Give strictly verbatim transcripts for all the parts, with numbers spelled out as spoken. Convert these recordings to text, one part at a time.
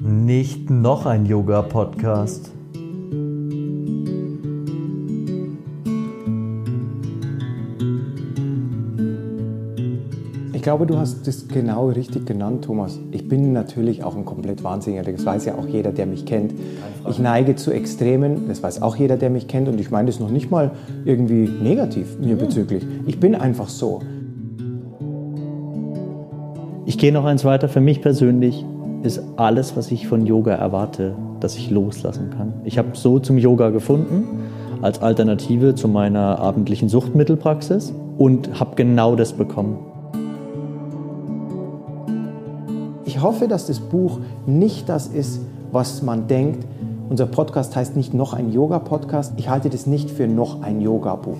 Nicht noch ein Yoga-Podcast. Ich glaube, du hast das genau richtig genannt, Thomas. Ich bin natürlich auch ein komplett Wahnsinniger, das weiß ja auch jeder, der mich kennt. Ich neige zu Extremen, das weiß auch jeder, der mich kennt, und ich meine das noch nicht mal irgendwie negativ mir bezüglich. Ich bin einfach so. Ich gehe noch eins weiter. Für mich persönlich ist alles, was ich von Yoga erwarte, dass ich loslassen kann. Ich habe so zum Yoga gefunden, als Alternative zu meiner abendlichen Suchtmittelpraxis, und habe genau das bekommen. Ich hoffe, dass das Buch nicht das ist, was man denkt. Unser Podcast heißt nicht noch ein Yoga-Podcast. Ich halte das nicht für noch ein Yoga-Buch.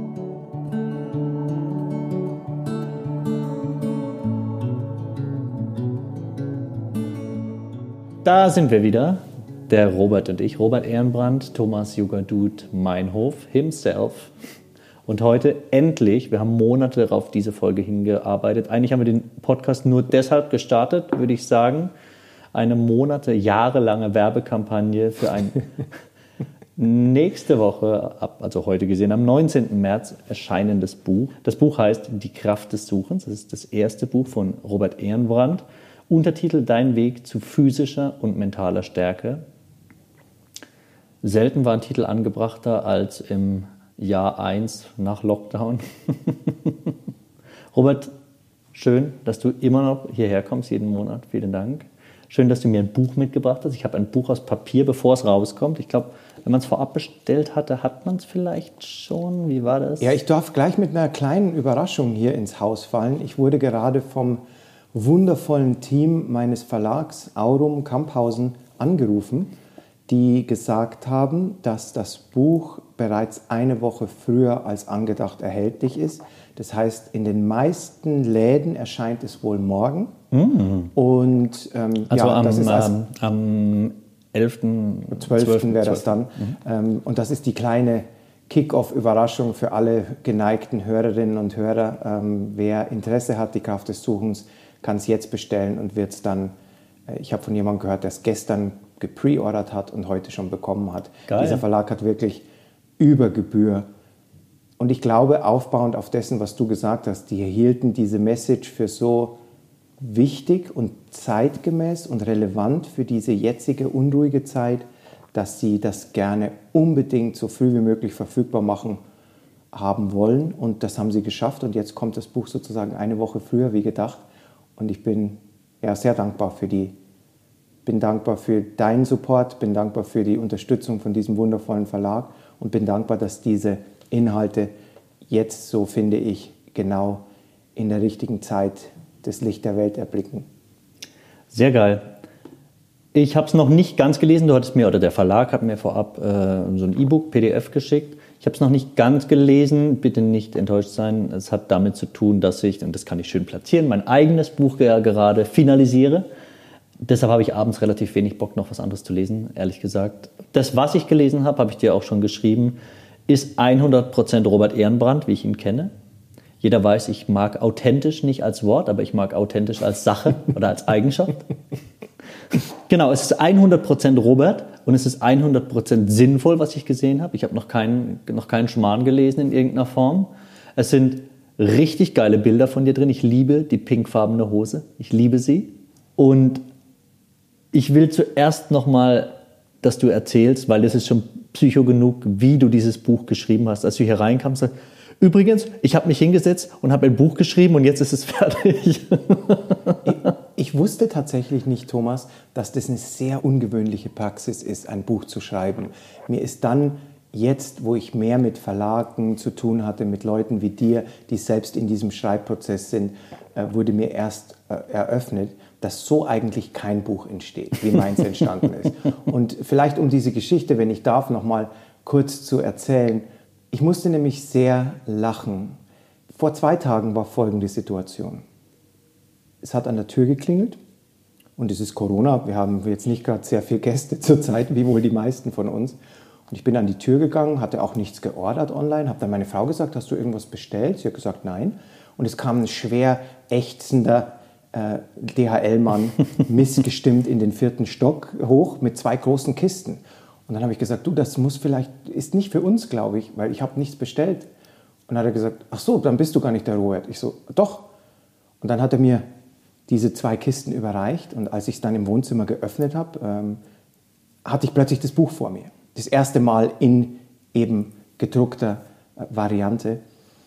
Da sind wir wieder, der Robert und ich, Robert Ehrenbrand, Thomas Yoga Dude Meinhof himself. Und heute endlich, wir haben Monate auf diese Folge hingearbeitet. Eigentlich haben wir den Podcast nur deshalb gestartet, würde ich sagen. Eine Monate, jahrelange Werbekampagne für ein nächste Woche, also heute gesehen, am neunzehnten März erscheinendes Buch. Das Buch heißt Die Kraft des Suchens. Das ist das erste Buch von Robert Ehrenbrand. Untertitel Dein Weg zu physischer und mentaler Stärke. Selten war ein Titel angebrachter als im Jahr eins nach Lockdown. Robert, schön, dass du immer noch hierher kommst, jeden Monat. Vielen Dank. Schön, dass du mir ein Buch mitgebracht hast. Ich habe ein Buch aus Papier, bevor es rauskommt. Ich glaube, wenn man es vorab bestellt hatte, hat man es vielleicht schon. Wie war das? Ja, ich darf gleich mit einer kleinen Überraschung hier ins Haus fallen. Ich wurde gerade vom wundervollen Team meines Verlags Aurum Kamphausen angerufen, die gesagt haben, dass das Buch bereits eine Woche früher als angedacht erhältlich ist. Das heißt, in den meisten Läden erscheint es wohl morgen. Mm. Und ähm, also ja, am, das ist als, ähm, am elften zwölften wäre das dann. Mhm. Ähm, und das ist die kleine Kick-Off-Überraschung für alle geneigten Hörerinnen und Hörer. Ähm, wer Interesse hat, die Kraft des Suchens, kann es jetzt bestellen und wird es dann, äh, ich habe von jemandem gehört, der es gestern gepreordert hat und heute schon bekommen hat. Geil. Dieser Verlag hat wirklich über Gebühr. Und ich glaube, aufbauend auf dessen, was du gesagt hast, die hielten diese Message für so wichtig und zeitgemäß und relevant für diese jetzige unruhige Zeit, dass sie das gerne unbedingt so früh wie möglich verfügbar machen haben wollen. Und das haben sie geschafft. Und jetzt kommt das Buch sozusagen eine Woche früher wie gedacht. Und ich bin ja, sehr dankbar für die, bin dankbar für deinen Support, bin dankbar für die Unterstützung von diesem wundervollen Verlag und bin dankbar, dass diese Inhalte jetzt, so finde ich, genau in der richtigen Zeit das Licht der Welt erblicken. Sehr geil. Ich habe es noch nicht ganz gelesen. Du hattest mir, oder der Verlag hat mir vorab äh, so ein E-Book, P D F geschickt. Ich habe es noch nicht ganz gelesen, bitte nicht enttäuscht sein. Es hat damit zu tun, dass ich, und das kann ich schön platzieren, mein eigenes Buch ja gerade finalisiere. Deshalb habe ich abends relativ wenig Bock, noch was anderes zu lesen, ehrlich gesagt. Das, was ich gelesen habe, habe ich dir auch schon geschrieben, ist hundert Prozent Robert Ehrenbrand, wie ich ihn kenne. Jeder weiß, ich mag authentisch nicht als Wort, aber ich mag authentisch als Sache oder als Eigenschaft. Genau, es ist hundert Prozent Robert und es ist hundert Prozent sinnvoll, was ich gesehen habe. Ich habe noch keinen, noch keinen Schmarrn gelesen in irgendeiner Form. Es sind richtig geile Bilder von dir drin. Ich liebe die pinkfarbene Hose. Ich liebe sie. Und ich will zuerst nochmal, dass du erzählst, weil das ist schon Psycho genug, wie du dieses Buch geschrieben hast. Als du hier reinkamst, übrigens, ich habe mich hingesetzt und habe ein Buch geschrieben und jetzt ist es fertig. ich, ich wusste tatsächlich nicht, Thomas, dass das eine sehr ungewöhnliche Praxis ist, ein Buch zu schreiben. Mir ist dann jetzt, wo ich mehr mit Verlagen zu tun hatte, mit Leuten wie dir, die selbst in diesem Schreibprozess sind, wurde mir erst eröffnet, dass so eigentlich kein Buch entsteht, wie meins entstanden ist. Und vielleicht um diese Geschichte, wenn ich darf, noch mal kurz zu erzählen. Ich musste nämlich sehr lachen. Vor zwei Tagen war folgende Situation. Es hat an der Tür geklingelt und es ist Corona. Wir haben jetzt nicht gerade sehr viele Gäste zurzeit, wie wohl die meisten von uns. Und ich bin an die Tür gegangen, hatte auch nichts geordert online, habe dann meine Frau gesagt, hast du irgendwas bestellt? Sie hat gesagt, nein. Und es kam ein schwer ächzender äh, D H L-Mann missgestimmt in den vierten Stock hoch mit zwei großen Kisten. Und dann habe ich gesagt, du, das muss vielleicht, ist nicht für uns, glaube ich, weil ich habe nichts bestellt. Und dann hat er gesagt, ach so, dann bist du gar nicht der Robert. Ich so, doch. Und dann hat er mir diese zwei Kisten überreicht. Und als ich es dann im Wohnzimmer geöffnet habe, ähm, hatte ich plötzlich das Buch vor mir. Das erste Mal in eben gedruckter äh, Variante.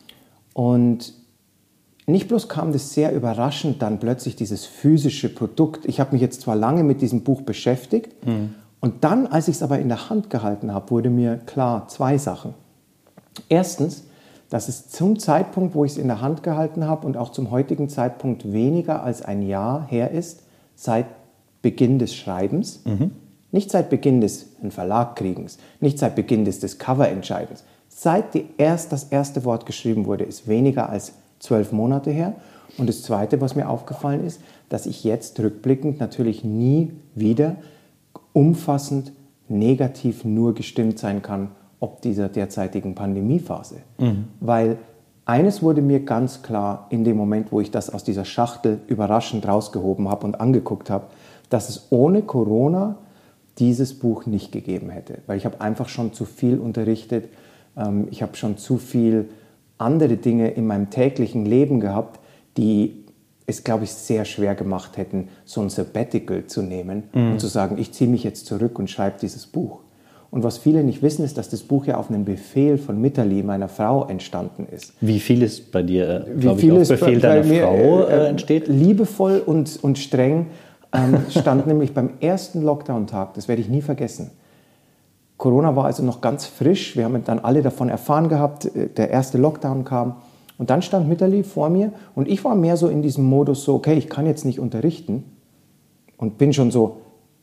Und nicht bloß kam das sehr überraschend, dann plötzlich dieses physische Produkt. Ich habe mich jetzt zwar lange mit diesem Buch beschäftigt, mhm. und dann, als ich es aber in der Hand gehalten habe, wurde mir klar, zwei Sachen. Erstens, dass es zum Zeitpunkt, wo ich es in der Hand gehalten habe und auch zum heutigen Zeitpunkt weniger als ein Jahr her ist, seit Beginn des Schreibens, mhm. nicht seit Beginn des Verlagkriegens, nicht seit Beginn des, des Coverentscheidens, seit die erst, das erste Wort geschrieben wurde, ist weniger als zwölf Monate her. Und das Zweite, was mir aufgefallen ist, dass ich jetzt rückblickend natürlich nie wieder umfassend negativ nur gestimmt sein kann, ob dieser derzeitigen Pandemiephase. Mhm. Weil eines wurde mir ganz klar in dem Moment, wo ich das aus dieser Schachtel überraschend rausgehoben habe und angeguckt habe, dass es ohne Corona dieses Buch nicht gegeben hätte. Weil ich habe einfach schon zu viel unterrichtet, ähm, ich habe schon zu viel andere Dinge in meinem täglichen Leben gehabt, die es, glaube ich, sehr schwer gemacht hätten, so ein Sabbatical zu nehmen mhm. und zu sagen, ich ziehe mich jetzt zurück und schreibe dieses Buch. Und was viele nicht wissen, ist, dass das Buch ja auf einen Befehl von Mitterli, meiner Frau, entstanden ist. Wie vieles bei dir, äh, glaube ich, auf Befehl bei, deiner bei mir, Frau äh, äh, entsteht? Liebevoll und, und streng ähm, stand nämlich beim ersten Lockdown-Tag, das werde ich nie vergessen. Corona war also noch ganz frisch, wir haben dann alle davon erfahren gehabt, der erste Lockdown kam. Und dann stand Mitterli vor mir und ich war mehr so in diesem Modus so, okay, ich kann jetzt nicht unterrichten und bin schon so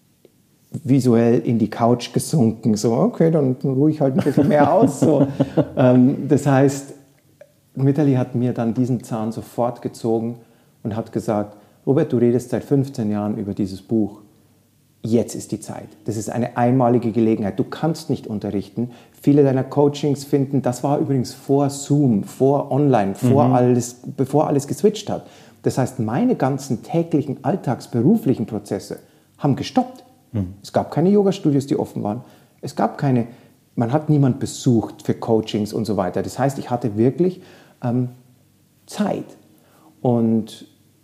visuell in die Couch gesunken, so okay, dann ruhe ich halt ein bisschen mehr aus. So. ähm, das heißt, Mitterli hat mir dann diesen Zahn sofort gezogen und hat gesagt, Robert, du redest seit fünfzehn Jahren über dieses Buch. Jetzt ist die Zeit. Das ist eine einmalige Gelegenheit. Du kannst nicht unterrichten. Viele deiner Coachings finden, das war übrigens vor Zoom, vor Online, vor mhm. alles, bevor alles geswitcht hat. Das heißt, meine ganzen täglichen, alltagsberuflichen Prozesse haben gestoppt. Mhm. Es gab keine Yoga-Studios, die offen waren. Es gab keine, man hat niemand besucht für Coachings und so weiter. Das heißt, ich hatte wirklich ähm, Zeit. Und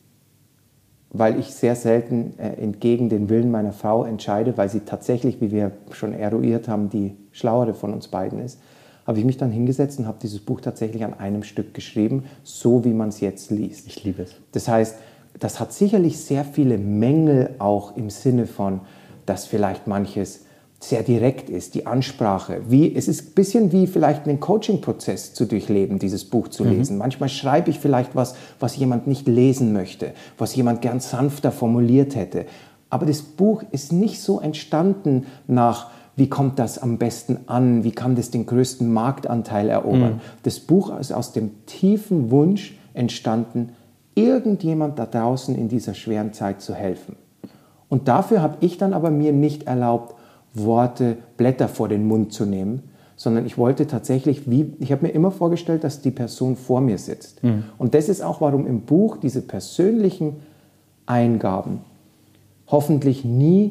weil ich sehr selten äh, entgegen den Willen meiner Frau entscheide, weil sie tatsächlich, wie wir schon eruiert haben, die schlauere von uns beiden ist, habe ich mich dann hingesetzt und habe dieses Buch tatsächlich an einem Stück geschrieben, so wie man es jetzt liest. Ich liebe es. Das heißt, das hat sicherlich sehr viele Mängel auch im Sinne von, dass vielleicht manches sehr direkt ist, die Ansprache. Wie, es ist ein bisschen wie vielleicht einen Coaching-Prozess zu durchleben, dieses Buch zu lesen. Mhm. Manchmal schreibe ich vielleicht was, was jemand nicht lesen möchte, was jemand gern sanfter formuliert hätte. Aber das Buch ist nicht so entstanden nach, wie kommt das am besten an, wie kann das den größten Marktanteil erobern. Mhm. Das Buch ist aus dem tiefen Wunsch entstanden, irgendjemand da draußen in dieser schweren Zeit zu helfen. Und dafür habe ich dann aber mir nicht erlaubt, Worte, Blätter vor den Mund zu nehmen, sondern ich wollte tatsächlich, wie, ich habe mir immer vorgestellt, dass die Person vor mir sitzt. Mhm. Und das ist auch, warum im Buch diese persönlichen Eingaben hoffentlich nie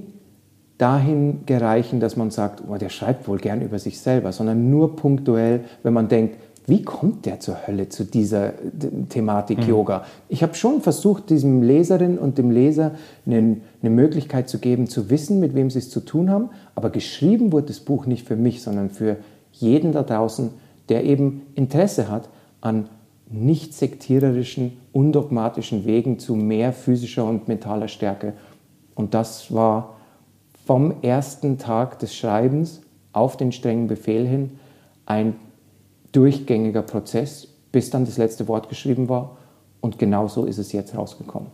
dahin gereichen, dass man sagt, oh, der schreibt wohl gern über sich selber, sondern nur punktuell, wenn man denkt, wie kommt der zur Hölle zu dieser Thematik mhm. Yoga? Ich habe schon versucht, diesem Leserin und dem Leser eine, eine Möglichkeit zu geben, zu wissen, mit wem sie es zu tun haben. Aber geschrieben wurde das Buch nicht für mich, sondern für jeden da draußen, der eben Interesse hat an nicht sektiererischen, undogmatischen Wegen zu mehr physischer und mentaler Stärke. Und das war vom ersten Tag des Schreibens auf den strengen Befehl hin ein durchgängiger Prozess, bis dann das letzte Wort geschrieben war. Und genau so ist es jetzt rausgekommen.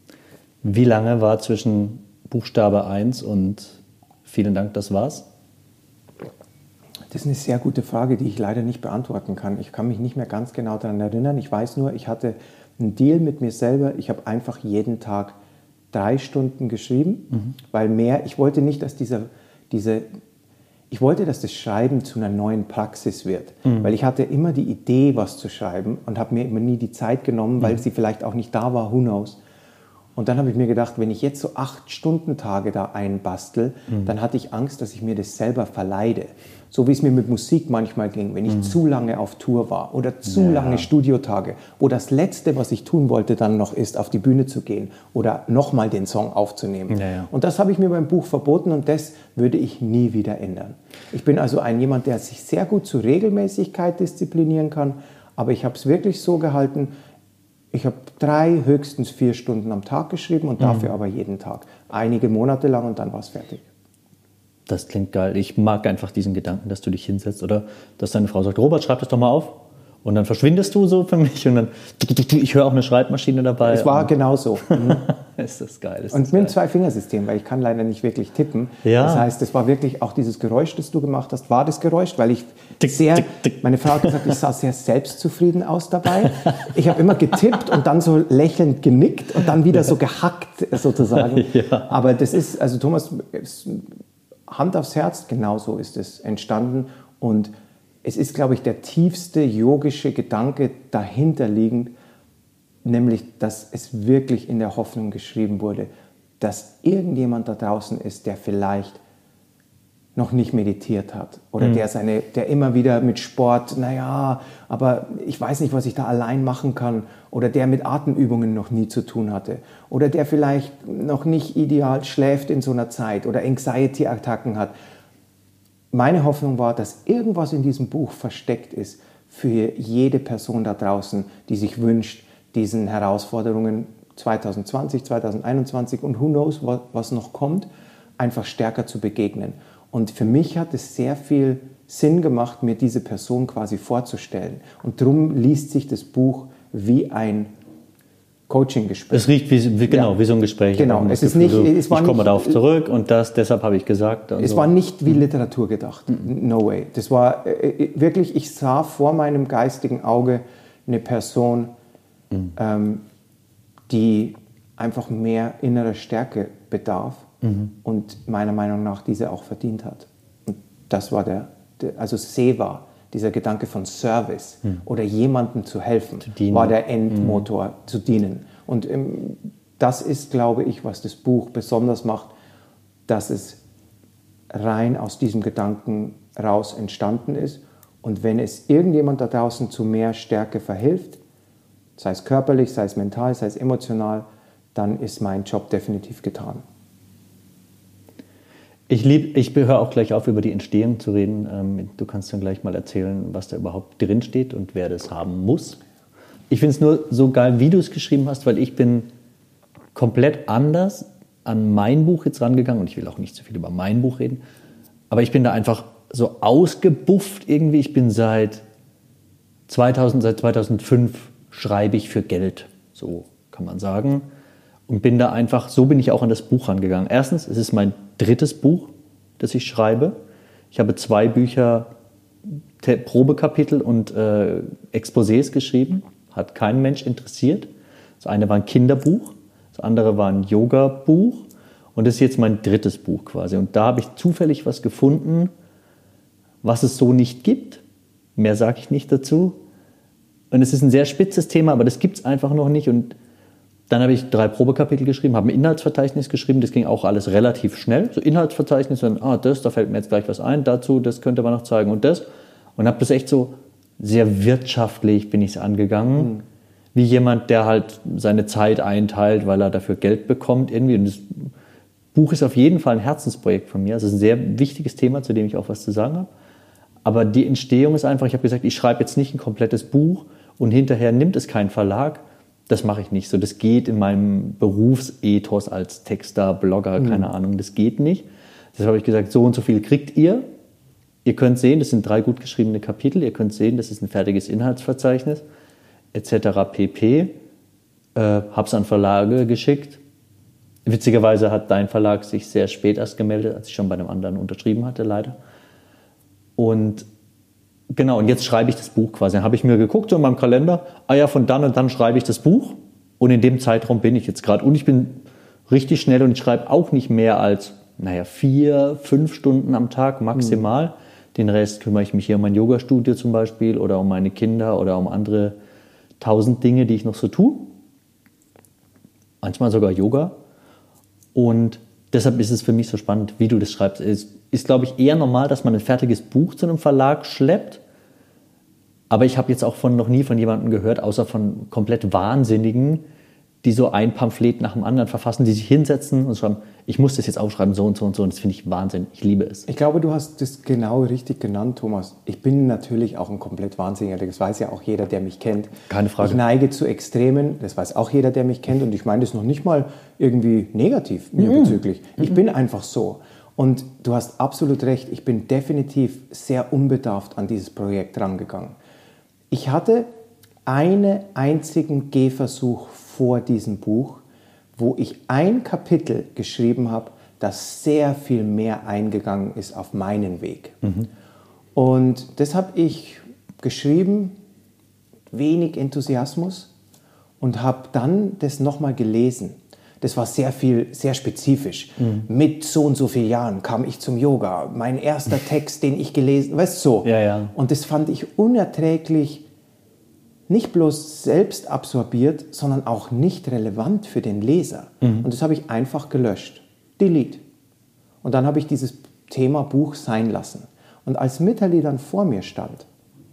Wie lange war zwischen Buchstabe eins und vielen Dank, das war's? Das ist eine sehr gute Frage, die ich leider nicht beantworten kann. Ich kann mich nicht mehr ganz genau daran erinnern. Ich weiß nur, ich hatte einen Deal mit mir selber. Ich habe einfach jeden Tag drei Stunden geschrieben, mhm. weil mehr, ich wollte nicht, dass dieser, diese Ich wollte, dass das Schreiben zu einer neuen Praxis wird, mhm. weil ich hatte immer die Idee, was zu schreiben und habe mir immer nie die Zeit genommen, weil mhm. sie vielleicht auch nicht da war, who knows. Und dann habe ich mir gedacht, wenn ich jetzt so acht Stunden Tage da einbastel, mhm. dann hatte ich Angst, dass ich mir das selber verleide. So wie es mir mit Musik manchmal ging, wenn ich mhm. zu lange auf Tour war oder zu ja. lange Studiotage, wo das Letzte, was ich tun wollte, dann noch ist, auf die Bühne zu gehen oder nochmal den Song aufzunehmen. Ja, ja. Und das habe ich mir beim Buch verboten und das würde ich nie wieder ändern. Ich bin also ein jemand, der sich sehr gut zur Regelmäßigkeit disziplinieren kann, aber ich habe es wirklich so gehalten, ich habe drei, höchstens vier Stunden am Tag geschrieben und dafür mhm. aber jeden Tag. Einige Monate lang und dann war es fertig. Das klingt geil. Ich mag einfach diesen Gedanken, dass du dich hinsetzt oder dass deine Frau sagt, Robert, schreib das doch mal auf. Und dann verschwindest du so für mich und dann, ich höre auch eine Schreibmaschine dabei. Es war genau so. Mhm. Ist das geil. Ist und das mit dem geil. Zwei-Fingersystem, weil ich kann leider nicht wirklich tippen. Ja. Das heißt, es war wirklich auch dieses Geräusch, das du gemacht hast, war das Geräusch, weil ich tick, sehr, tick, tick. meine Frau hat gesagt, ich sah sehr selbstzufrieden aus dabei. Ich habe immer getippt und dann so lächelnd genickt und dann wieder so gehackt sozusagen. Ja. Aber das ist, also Thomas, Hand aufs Herz, genau so ist es entstanden und es ist, glaube ich, der tiefste yogische Gedanke dahinter liegend, nämlich, dass es wirklich in der Hoffnung geschrieben wurde, dass irgendjemand da draußen ist, der vielleicht noch nicht meditiert hat oder mhm. der, seine, der immer wieder mit Sport, naja, aber ich weiß nicht, was ich da allein machen kann oder der mit Atemübungen noch nie zu tun hatte oder der vielleicht noch nicht ideal schläft in so einer Zeit oder Anxiety-Attacken hat. Meine Hoffnung war, dass irgendwas in diesem Buch versteckt ist für jede Person da draußen, die sich wünscht, diesen Herausforderungen zwanzig zwanzig, zwanzig einundzwanzig und who knows, was noch kommt, einfach stärker zu begegnen. Und für mich hat es sehr viel Sinn gemacht, mir diese Person quasi vorzustellen. Und darum liest sich das Buch wie ein Coaching-Gespräch. Es riecht wie, wie, genau, ja. wie so ein Gespräch. Genau. Es ist nicht, es war ich komme nicht, darauf zurück und das, deshalb habe ich gesagt. Also. Es war nicht wie Literatur gedacht. Mhm. No way. Das war äh, wirklich, ich sah vor meinem geistigen Auge eine Person, mhm. ähm, die einfach mehr innerer Stärke bedarf mhm. und meiner Meinung nach diese auch verdient hat. Und das war der, der also Seva, dieser Gedanke von Service hm. oder jemandem zu helfen, zu war der Endmotor, hm. zu dienen. Und ähm, das ist, glaube ich, was das Buch besonders macht, dass es rein aus diesem Gedanken raus entstanden ist. Und wenn es irgendjemand da draußen zu mehr Stärke verhilft, sei es körperlich, sei es mental, sei es emotional, dann ist mein Job definitiv getan. Ich, lieb, ich höre auch gleich auf, über die Entstehung zu reden. Du kannst dann gleich mal erzählen, was da überhaupt drin steht und wer das haben muss. Ich finde es nur so geil, wie du es geschrieben hast, weil ich bin komplett anders an mein Buch jetzt rangegangen und ich will auch nicht so viel über mein Buch reden, aber ich bin da einfach so ausgebufft irgendwie. Ich bin seit zweitausend, seit zweitausendfünf schreibe ich für Geld, so kann man sagen. Und bin da einfach, so bin ich auch an das Buch rangegangen. Erstens, es ist mein drittes Buch, das ich schreibe. Ich habe zwei Bücher, Te- Probekapitel und äh, Exposés geschrieben. Hat kein Mensch interessiert. Das eine war ein Kinderbuch, das andere war ein Yoga-Buch. Und das ist jetzt mein drittes Buch quasi. Und da habe ich zufällig was gefunden, was es so nicht gibt. Mehr sage ich nicht dazu. Und es ist ein sehr spitzes Thema, aber das gibt es einfach noch nicht. Und dann habe ich drei Probekapitel geschrieben, habe ein Inhaltsverzeichnis geschrieben, das ging auch alles relativ schnell. So Inhaltsverzeichnis, dann, ah, das, da fällt mir jetzt gleich was ein, dazu, das könnte man noch zeigen und das. Und habe das echt so sehr wirtschaftlich bin ich es angegangen, mhm. wie jemand, der halt seine Zeit einteilt, weil er dafür Geld bekommt irgendwie. Und das Buch ist auf jeden Fall ein Herzensprojekt von mir. Es ist ein sehr wichtiges Thema, zu dem ich auch was zu sagen habe. Aber die Entstehung ist einfach, ich habe gesagt, ich schreibe jetzt nicht ein komplettes Buch und hinterher nimmt es kein Verlag. Das mache ich nicht so. Das geht in meinem Berufsethos als Texter, Blogger, keine mhm. Ahnung, das geht nicht. Deshalb habe ich gesagt, so und so viel kriegt ihr. Ihr könnt sehen, das sind drei gut geschriebene Kapitel. Ihr könnt sehen, das ist ein fertiges Inhaltsverzeichnis, et cetera pp. Äh, habe es an Verlage geschickt. Witzigerweise hat dein Verlag sich sehr spät erst gemeldet, als ich schon bei einem anderen unterschrieben hatte, leider. Und genau, und jetzt schreibe ich das Buch quasi. Dann habe ich mir geguckt so in meinem Kalender, ah ja, von dann und dann schreibe ich das Buch. Und in dem Zeitraum bin ich jetzt gerade. Und ich bin richtig schnell und ich schreibe auch nicht mehr als, naja, vier, fünf Stunden am Tag maximal. Mhm. Den Rest kümmere ich mich hier um mein Yoga-Studio zum Beispiel oder um meine Kinder oder um andere tausend Dinge, die ich noch so tue. manchmal sogar Yoga. Und deshalb ist es für mich so spannend, wie du das schreibst. Es ist, glaube ich, eher normal, dass man ein fertiges Buch zu einem Verlag schleppt. Aber ich habe jetzt auch von, noch nie von jemandem gehört, außer von komplett Wahnsinnigen, die so ein Pamphlet nach dem anderen verfassen, die sich hinsetzen und schreiben, ich muss das jetzt aufschreiben, so und so und so. Und das finde ich Wahnsinn. Ich liebe es. Ich glaube, du hast das genau richtig genannt, Thomas. Ich bin natürlich auch ein komplett Wahnsinniger. Das weiß ja auch jeder, der mich kennt. Keine Frage. Ich neige zu Extremen. Das weiß auch jeder, der mich kennt. Und ich meine das noch nicht mal irgendwie negativ mir mhm. bezüglich. Ich mhm. bin einfach so. Und du hast absolut recht. Ich bin definitiv sehr unbedarft an dieses Projekt rangegangen. Ich hatte einen einzigen Gehversuch vor diesem Buch, wo ich ein Kapitel geschrieben habe, das sehr viel mehr eingegangen ist auf meinen Weg. Mhm. Und das habe ich geschrieben, wenig Enthusiasmus, und habe dann das nochmal gelesen. Das war sehr viel, sehr spezifisch. Mhm. Mit so und so vielen Jahren kam ich zum Yoga. Mein erster Text, den ich gelesen, weißt du, so. Ja, ja. Und das fand ich unerträglich, nicht bloß selbst absorbiert, sondern auch nicht relevant für den Leser. Mhm. Und das habe ich einfach gelöscht. Delete. Und dann habe ich dieses Thema Buch sein lassen. Und als Mitterli dann vor mir stand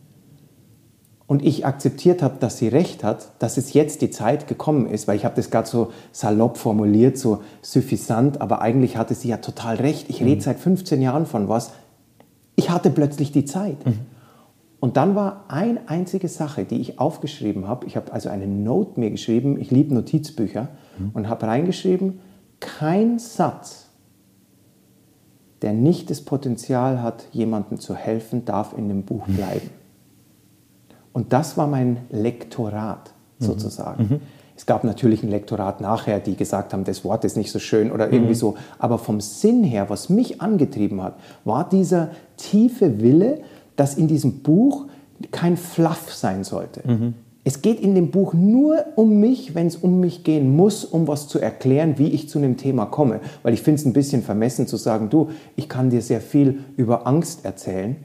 und ich akzeptiert habe, dass sie recht hat, dass es jetzt die Zeit gekommen ist, weil ich habe das gerade so salopp formuliert, so suffisant, aber eigentlich hatte sie ja total recht. Ich mhm. rede seit fünfzehn Jahren von was. Ich hatte plötzlich die Zeit. Mhm. Und dann war eine einzige Sache, die ich aufgeschrieben habe. Ich habe also eine Note mir geschrieben, ich liebe Notizbücher, mhm. und habe reingeschrieben, kein Satz, der nicht das Potenzial hat, jemandem zu helfen, darf in dem Buch bleiben. Und das war mein Lektorat sozusagen. Mhm. Es gab natürlich ein Lektorat nachher, die gesagt haben, das Wort ist nicht so schön oder irgendwie mhm. so. Aber vom Sinn her, was mich angetrieben hat, war dieser tiefe Wille, dass in diesem Buch kein Fluff sein sollte. Mhm. Es geht in dem Buch nur um mich, wenn es um mich gehen muss, um was zu erklären, wie ich zu einem Thema komme. Weil ich finde es ein bisschen vermessen zu sagen, du, ich kann dir sehr viel über Angst erzählen.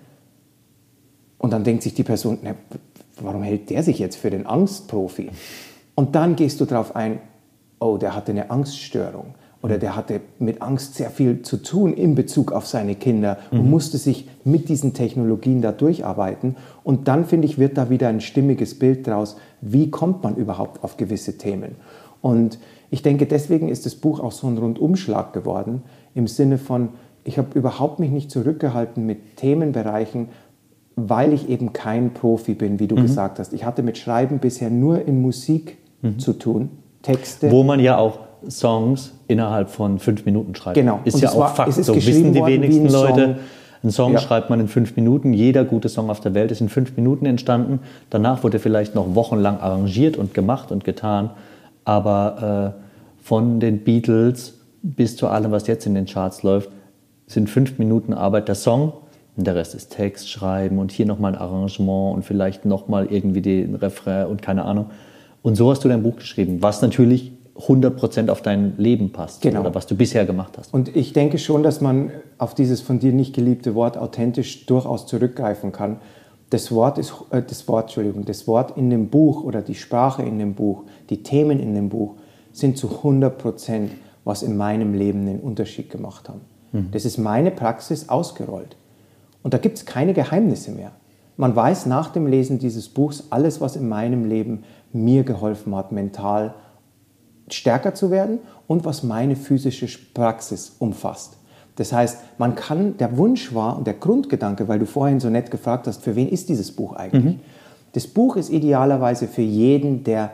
Und dann denkt sich die Person, na, warum hält der sich jetzt für den Angstprofi? Und dann gehst du darauf ein, oh, der hatte eine Angststörung. Oder der hatte mit Angst sehr viel zu tun in Bezug auf seine Kinder und mhm. musste sich mit diesen Technologien da durcharbeiten. Und dann, finde ich, wird da wieder ein stimmiges Bild draus, wie kommt man überhaupt auf gewisse Themen. Und ich denke, deswegen ist das Buch auch so ein Rundumschlag geworden, im Sinne von, ich habe überhaupt mich nicht zurückgehalten mit Themenbereichen, weil ich eben kein Profi bin, wie du mhm. gesagt hast. Ich hatte mit Schreiben bisher nur in Musik mhm. zu tun, Texte. Wo man ja auch Songs innerhalb von fünf Minuten schreibt. Genau. Ist und ja auch war, Fakt, so wissen die wenigsten ein Leute. Ein Song ja. schreibt man in fünf Minuten. Jeder gute Song auf der Welt ist in fünf Minuten entstanden. Danach wurde vielleicht noch wochenlang arrangiert und gemacht und getan. Aber äh, von den Beatles bis zu allem, was jetzt in den Charts läuft, sind fünf Minuten Arbeit der Song. Und der Rest ist Text schreiben und hier nochmal ein Arrangement und vielleicht nochmal irgendwie den Refrain und keine Ahnung. Und so hast du dein Buch geschrieben, was natürlich hundert Prozent auf dein Leben passt, genau. oder was du bisher gemacht hast. Und ich denke schon, dass man auf dieses von dir nicht geliebte Wort authentisch durchaus zurückgreifen kann. Das Wort ist, äh, das Wort, Entschuldigung, das Wort in dem Buch oder die Sprache in dem Buch, die Themen in dem Buch sind zu hundert Prozent, was in meinem Leben den Unterschied gemacht haben. Mhm. Das ist meine Praxis ausgerollt. Und da gibt es keine Geheimnisse mehr. Man weiß nach dem Lesen dieses Buchs alles, was in meinem Leben mir geholfen hat, mental stärker zu werden und was meine physische Praxis umfasst. Das heißt, man kann, der Wunsch war und der Grundgedanke, weil du vorhin so nett gefragt hast, für wen ist dieses Buch eigentlich? Mhm. Das Buch ist idealerweise für jeden, der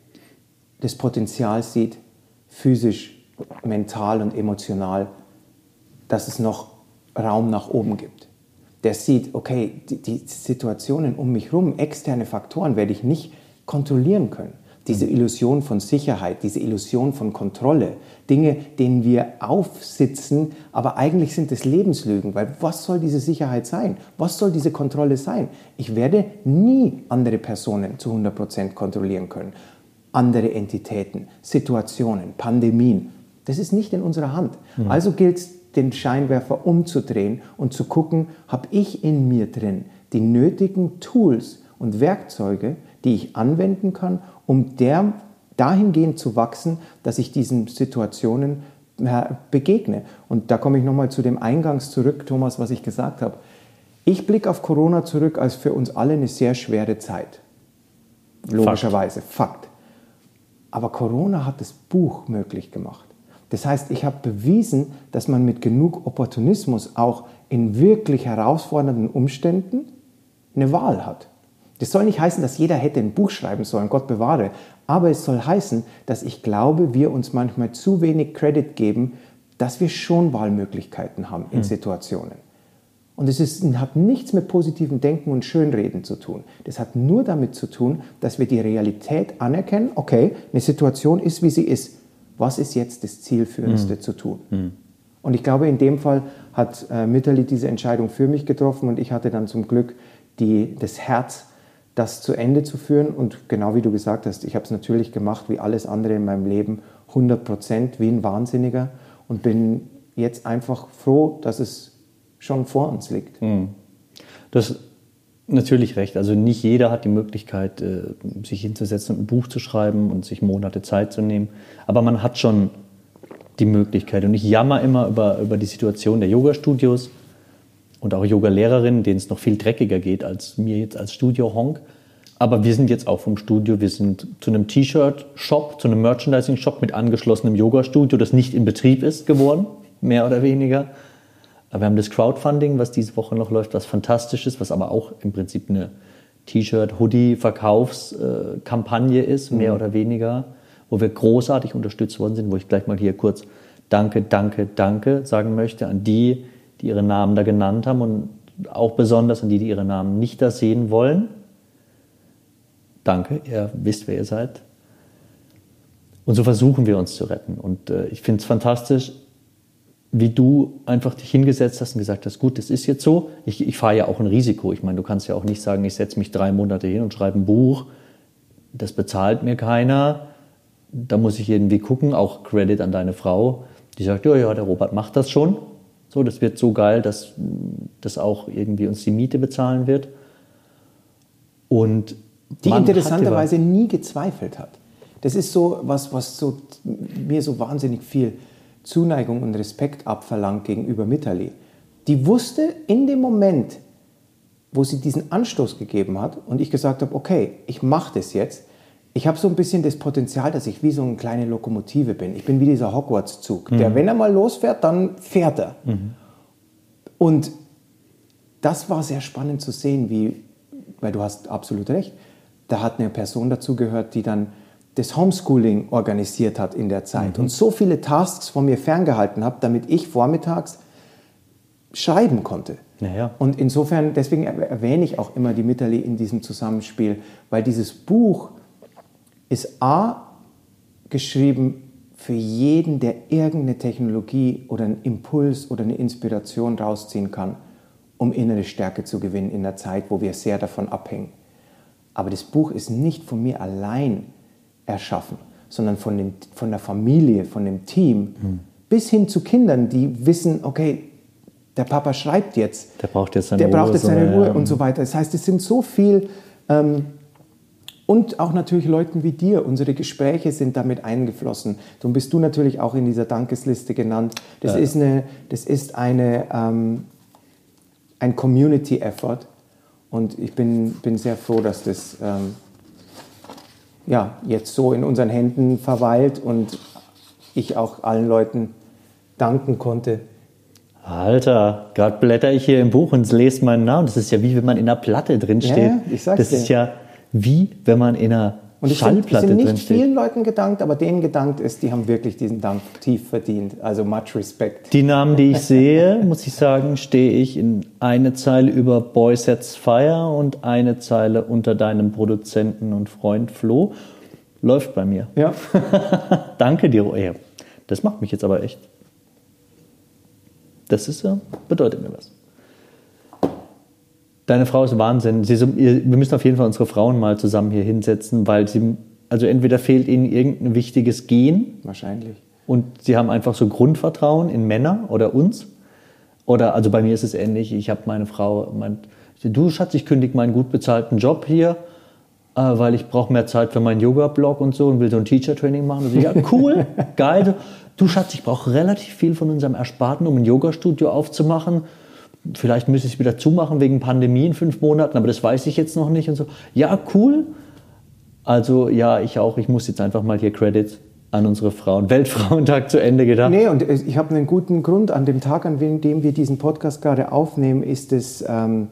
das Potenzial sieht, physisch, mental und emotional, dass es noch Raum nach oben gibt. Der sieht, okay, die, die Situationen um mich herum, externe Faktoren werde ich nicht kontrollieren können. Diese Illusion von Sicherheit, diese Illusion von Kontrolle, Dinge, denen wir aufsitzen, aber eigentlich sind es Lebenslügen, weil was soll diese Sicherheit sein? Was soll diese Kontrolle sein? Ich werde nie andere Personen zu hundert Prozent kontrollieren können. Andere Entitäten, Situationen, Pandemien, das ist nicht in unserer Hand. Mhm. Also gilt es, den Scheinwerfer umzudrehen und zu gucken, habe ich in mir drin die nötigen Tools und Werkzeuge, die ich anwenden kann, um der dahingehend zu wachsen, dass ich diesen Situationen begegne. Und da komme ich nochmal zu dem Eingangs zurück, Thomas, was ich gesagt habe. Ich blicke auf Corona zurück als für uns alle eine sehr schwere Zeit. Logischerweise, Fakt. Fakt. Aber Corona hat das Buch möglich gemacht. Das heißt, ich habe bewiesen, dass man mit genug Opportunismus auch in wirklich herausfordernden Umständen eine Wahl hat. Das soll nicht heißen, dass jeder hätte ein Buch schreiben sollen, Gott bewahre. Aber es soll heißen, dass ich glaube, wir uns manchmal zu wenig Credit geben, dass wir schon Wahlmöglichkeiten haben in hm. Situationen. Und es ist, hat nichts mit positivem Denken und Schönreden zu tun. Das hat nur damit zu tun, dass wir die Realität anerkennen. Okay, eine Situation ist, wie sie ist. Was ist jetzt das Zielführendste hm. zu tun? Hm. Und ich glaube, in dem Fall hat äh, Mitterli diese Entscheidung für mich getroffen und ich hatte dann zum Glück die, das Herz, das zu Ende zu führen. Und genau wie du gesagt hast, ich habe es natürlich gemacht, wie alles andere in meinem Leben, hundert Prozent, wie ein Wahnsinniger. Und bin jetzt einfach froh, dass es schon vor uns liegt. Das ist natürlich recht. Also nicht jeder hat die Möglichkeit, sich hinzusetzen und ein Buch zu schreiben und sich Monate Zeit zu nehmen. Aber man hat schon die Möglichkeit. Und ich jammer immer über, über die Situation der Yoga-Studios und auch Yoga-Lehrerinnen, denen es noch viel dreckiger geht als mir jetzt als Studio-Honk. Aber wir sind jetzt auch vom Studio, wir sind zu einem T-Shirt-Shop, zu einem Merchandising-Shop mit angeschlossenem Yoga-Studio, das nicht in Betrieb ist, geworden, mehr oder weniger. Aber wir haben das Crowdfunding, was diese Woche noch läuft, was fantastisch ist, was aber auch im Prinzip eine T-Shirt-Hoodie-Verkaufskampagne ist, mehr mhm. oder weniger, wo wir großartig unterstützt worden sind, wo ich gleich mal hier kurz Danke, Danke, Danke sagen möchte an die, die ihre Namen da genannt haben und auch besonders an die, die ihre Namen nicht da sehen wollen. Danke, ihr wisst, wer ihr seid. Und so versuchen wir uns zu retten. Und äh, ich finde es fantastisch, wie du einfach dich hingesetzt hast und gesagt hast, gut, das ist jetzt so. Ich, ich fahre ja auch ein Risiko. Ich meine, du kannst ja auch nicht sagen, ich setze mich drei Monate hin und schreibe ein Buch. Das bezahlt mir keiner. Da muss ich irgendwie gucken. Auch Credit an deine Frau. Die sagt, ja, ja, der Robert macht das schon. So, das wird so geil, dass das auch irgendwie uns die Miete bezahlen wird. Und die interessanterweise nie gezweifelt hat. Das ist so was, was so, mir so wahnsinnig viel Zuneigung und Respekt abverlangt gegenüber Mitterli. Die wusste in dem Moment, wo sie diesen Anstoß gegeben hat und ich gesagt habe, okay, ich mache das jetzt. Ich habe so ein bisschen das Potenzial, dass ich wie so eine kleine Lokomotive bin. Ich bin wie dieser Hogwarts-Zug, mhm. der, wenn er mal losfährt, dann fährt er. Mhm. Und das war sehr spannend zu sehen, wie, weil du hast absolut recht, da hat eine Person dazugehört, die dann das Homeschooling organisiert hat in der Zeit mhm. und so viele Tasks von mir ferngehalten habe, damit ich vormittags schreiben konnte. Naja. Und insofern, deswegen erwähne ich auch immer die Mitterli in diesem Zusammenspiel, weil dieses Buch ist A, geschrieben für jeden, der irgendeine Technologie oder einen Impuls oder eine Inspiration rausziehen kann, um innere Stärke zu gewinnen in einer Zeit, wo wir sehr davon abhängen. Aber das Buch ist nicht von mir allein erschaffen, sondern von, den, von der Familie, von dem Team, mhm. bis hin zu Kindern, die wissen, okay, der Papa schreibt jetzt, der braucht jetzt seine der Ruhe, braucht jetzt seine so, Ruhe ja. und so weiter. Das heißt, es sind so viel, ähm, und auch natürlich Leuten wie dir, unsere Gespräche sind damit eingeflossen. Darum bist du natürlich auch in dieser Dankesliste genannt. Das ja. ist, eine, das ist eine, ähm, ein Community-Effort und ich bin, bin sehr froh, dass das ähm, ja, jetzt so in unseren Händen verweilt und ich auch allen Leuten danken konnte. Alter, gerade blätter ich hier im Buch und lese meinen Namen. Das ist ja wie wenn man in einer Platte drinsteht. Ja, ich sag's das dir. ist ja wie wenn man in einer und es Schallplatte sind, es sind nicht drinsteht. vielen Leuten gedankt, aber denen gedankt ist, die haben wirklich diesen Dank tief verdient. Also much respect. Die Namen, die ich sehe, muss ich sagen, stehe ich in eine Zeile über Boy Sets Fire und eine Zeile unter deinem Produzenten und Freund Flo. Läuft bei mir. Ja. Danke dir. Ey, das macht mich jetzt aber echt. Das ist ja, bedeutet mir was. Deine Frau ist Wahnsinn. Sie so, wir müssen auf jeden Fall unsere Frauen mal zusammen hier hinsetzen, weil sie, also entweder fehlt ihnen irgendein wichtiges Gen. Wahrscheinlich. Und sie haben einfach so Grundvertrauen in Männer oder uns. Oder, also bei mir ist es ähnlich. Ich habe meine Frau, meint, du Schatz, ich kündige meinen gut bezahlten Job hier äh, weil ich brauche mehr Zeit für meinen Yoga-Blog und so und will so ein Teacher-Training machen. Und so, ja, cool, geil. Du Schatz, ich brauche relativ viel von unserem Ersparten, um ein Yoga-Studio aufzumachen. Vielleicht müsste ich es wieder zumachen wegen Pandemie in fünf Monaten, aber das weiß ich jetzt noch nicht und so. Ja, cool. Also ja, ich auch. Ich muss jetzt einfach mal hier Credits an unsere Frauen. Weltfrauentag zu Ende gedacht. Nee, und ich habe einen guten Grund. An dem Tag, an dem wir diesen Podcast gerade aufnehmen, ist es ähm,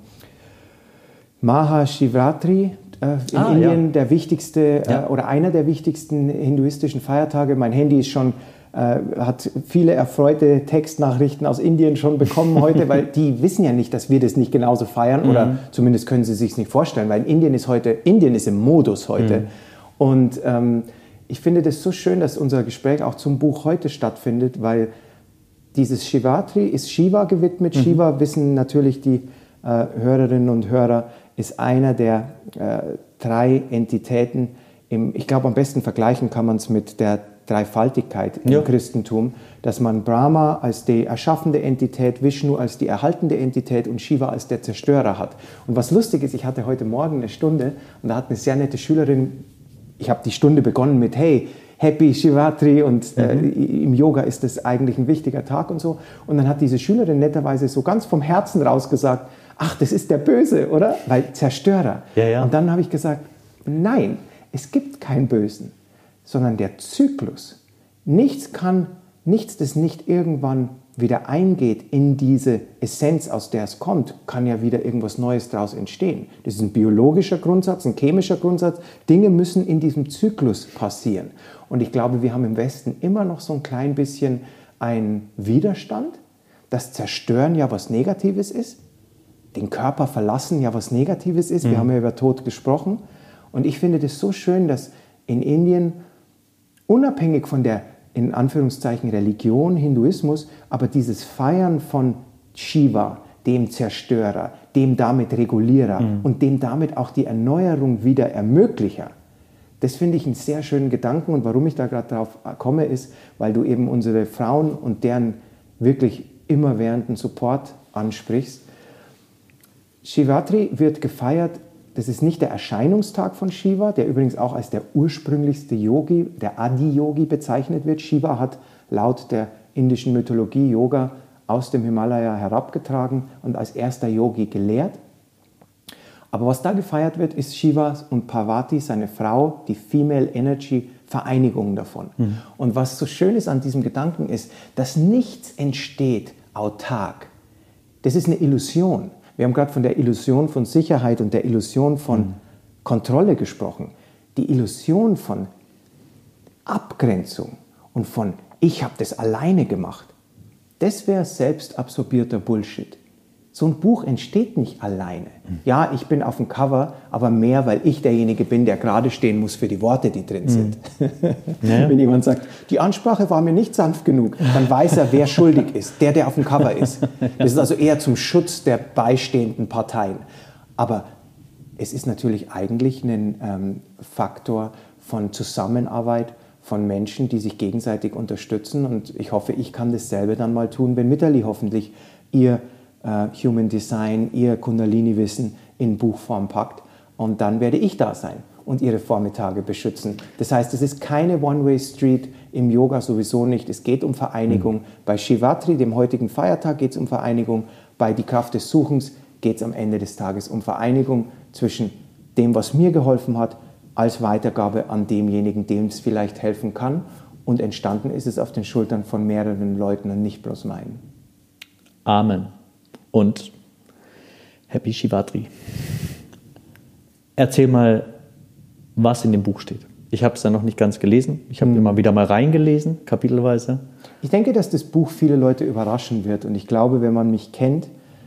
Mahashivratri äh, in ah, Indien, ja. der wichtigste ja. äh, oder einer der wichtigsten hinduistischen Feiertage. Mein Handy ist schon, äh, hat viele erfreute Textnachrichten aus Indien schon bekommen heute, weil die wissen ja nicht, dass wir das nicht genauso feiern mhm. oder zumindest können sie sich nicht vorstellen, weil Indien ist heute, Indien ist im Modus heute. Mhm. Und ähm, ich finde das so schön, dass unser Gespräch auch zum Buch heute stattfindet, weil dieses Shivatri ist Shiva gewidmet. Mhm. Shiva, wissen natürlich die äh, Hörerinnen und Hörer, ist einer der äh, drei Entitäten. Im, ich glaube, am besten vergleichen kann man es mit der Dreifaltigkeit im ja. Christentum, dass man Brahma als die erschaffende Entität, Vishnu als die erhaltende Entität und Shiva als der Zerstörer hat. Und was lustig ist, ich hatte heute Morgen eine Stunde und da hat eine sehr nette Schülerin, ich habe die Stunde begonnen mit, hey, Happy Shivatri und äh, mhm. im Yoga ist das eigentlich ein wichtiger Tag und so. Und dann hat diese Schülerin netterweise so ganz vom Herzen raus gesagt, ach, das ist der Böse, oder? Weil Zerstörer. Ja, ja. Und dann habe ich gesagt, nein, es gibt keinen Bösen, sondern der Zyklus. Nichts kann, nichts, das nicht irgendwann wieder eingeht in diese Essenz, aus der es kommt, kann ja wieder irgendwas Neues daraus entstehen. Das ist ein biologischer Grundsatz, ein chemischer Grundsatz. Dinge müssen in diesem Zyklus passieren. Und ich glaube, wir haben im Westen immer noch so ein klein bisschen einen Widerstand. Das Zerstören ja was Negatives ist. Den Körper verlassen ja was Negatives ist. Wir mhm. haben ja über Tod gesprochen. Und ich finde das so schön, dass in Indien, unabhängig von der in Anführungszeichen Religion, Hinduismus, aber dieses Feiern von Shiva, dem Zerstörer, dem damit Regulierer mhm. und dem damit auch die Erneuerung wieder Ermöglicher, das finde ich einen sehr schönen Gedanken. Und warum ich da gerade drauf komme, ist, weil du eben unsere Frauen und deren wirklich immerwährenden Support ansprichst. Shivatri wird gefeiert. Das ist nicht der Erscheinungstag von Shiva, der übrigens auch als der ursprünglichste Yogi, der Adi-Yogi bezeichnet wird. Shiva hat laut der indischen Mythologie Yoga aus dem Himalaya herabgetragen und als erster Yogi gelehrt. Aber was da gefeiert wird, ist Shiva und Parvati, seine Frau, die Female Energy, Vereinigung davon. Mhm. Und was so schön ist an diesem Gedanken ist, dass nichts entsteht autark. Das ist eine Illusion. Wir haben gerade von der Illusion von Sicherheit und der Illusion von mhm. Kontrolle gesprochen. Die Illusion von Abgrenzung und von ich habe das alleine gemacht, das wäre selbstabsorbierter Bullshit. So ein Buch entsteht nicht alleine. Mhm. Ja, ich bin auf dem Cover, aber mehr, weil ich derjenige bin, der gerade stehen muss für die Worte, die drin sind. Mhm. Ja. Wenn jemand sagt, die Ansprache war mir nicht sanft genug, dann weiß er, wer schuldig ist, der, der auf dem Cover ist. Das ist also eher zum Schutz der beistehenden Parteien. Aber es ist natürlich eigentlich ein ähm, Faktor von Zusammenarbeit von Menschen, die sich gegenseitig unterstützen. Und ich hoffe, ich kann dasselbe dann mal tun, wenn Mitterli hoffentlich ihr Uh, Human Design, ihr Kundalini-Wissen in Buchform packt und dann werde ich da sein und ihre Vormittage beschützen. Das heißt, es ist keine One-Way-Street im Yoga sowieso nicht. Es geht um Vereinigung. Mhm. Bei Shivatri, dem heutigen Feiertag, geht es um Vereinigung. Bei Die Kraft des Suchens geht es am Ende des Tages um Vereinigung zwischen dem, was mir geholfen hat, als Weitergabe an demjenigen, dem es vielleicht helfen kann. Und entstanden ist es auf den Schultern von mehreren Leuten und nicht bloß meinen. Amen. Und Happy Shivatri. Erzähl mal, was in dem Buch steht. Ich habe es ja noch nicht ganz gelesen. Ich habe hm. immer wieder mal reingelesen, kapitelweise. Ich denke, dass das Buch viele Leute überraschen wird. Und ich glaube, wenn man mich kennt,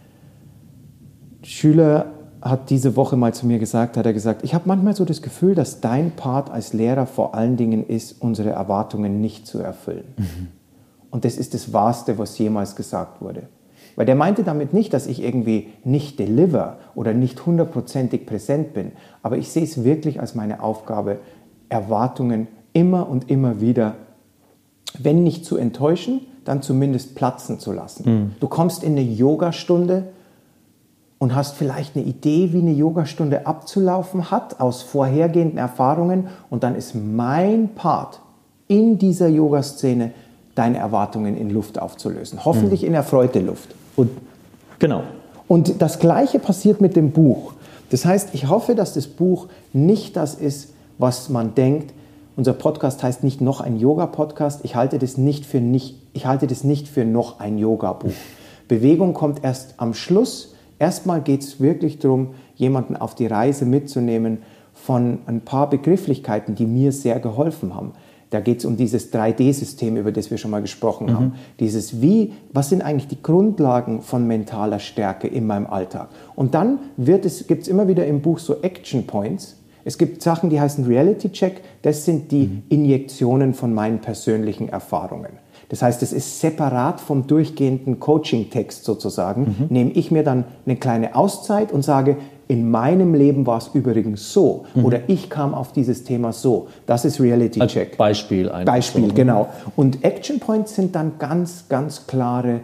Schüler hat diese Woche mal zu mir gesagt, hat er gesagt, ich habe manchmal so das Gefühl, dass dein Part als Lehrer vor allen Dingen ist, unsere Erwartungen nicht zu erfüllen. Mhm. Und das ist das Wahrste, was jemals gesagt wurde. Weil der meinte damit nicht, dass ich irgendwie nicht deliver oder nicht hundertprozentig präsent bin. Aber ich sehe es wirklich als meine Aufgabe, Erwartungen immer und immer wieder, wenn nicht zu enttäuschen, dann zumindest platzen zu lassen. Mhm. Du kommst in eine Yogastunde und hast vielleicht eine Idee, wie eine Yogastunde abzulaufen hat aus vorhergehenden Erfahrungen und dann ist mein Part in dieser Yoga-Szene, deine Erwartungen in Luft aufzulösen. Hoffentlich mhm. in erfreute Luft. Und genau. Und das Gleiche passiert mit dem Buch. Das heißt, ich hoffe, dass das Buch nicht das ist, was man denkt. Unser Podcast heißt nicht noch ein Yoga-Podcast. Ich halte das nicht für nicht, ich halte das nicht für noch ein Yoga-Buch. Bewegung kommt erst am Schluss. Erstmal geht es wirklich darum, jemanden auf die Reise mitzunehmen von ein paar Begrifflichkeiten, die mir sehr geholfen haben. Da geht es um dieses drei D System, über das wir schon mal gesprochen mhm. haben. Dieses wie, was sind eigentlich die Grundlagen von mentaler Stärke in meinem Alltag? Und dann wird es, gibt es immer wieder im Buch so Action Points. Es gibt Sachen, die heißen Reality Check. Das sind die mhm. Injektionen von meinen persönlichen Erfahrungen. Das heißt, es ist separat vom durchgehenden Coaching-Text sozusagen. Mhm. Nehme ich mir dann eine kleine Auszeit und sage, in meinem Leben war es übrigens so. Mhm. Oder ich kam auf dieses Thema so. Das ist Reality-Check. Als Beispiel einfach. Beispiel, so. Genau. Und Action Points sind dann ganz, ganz klare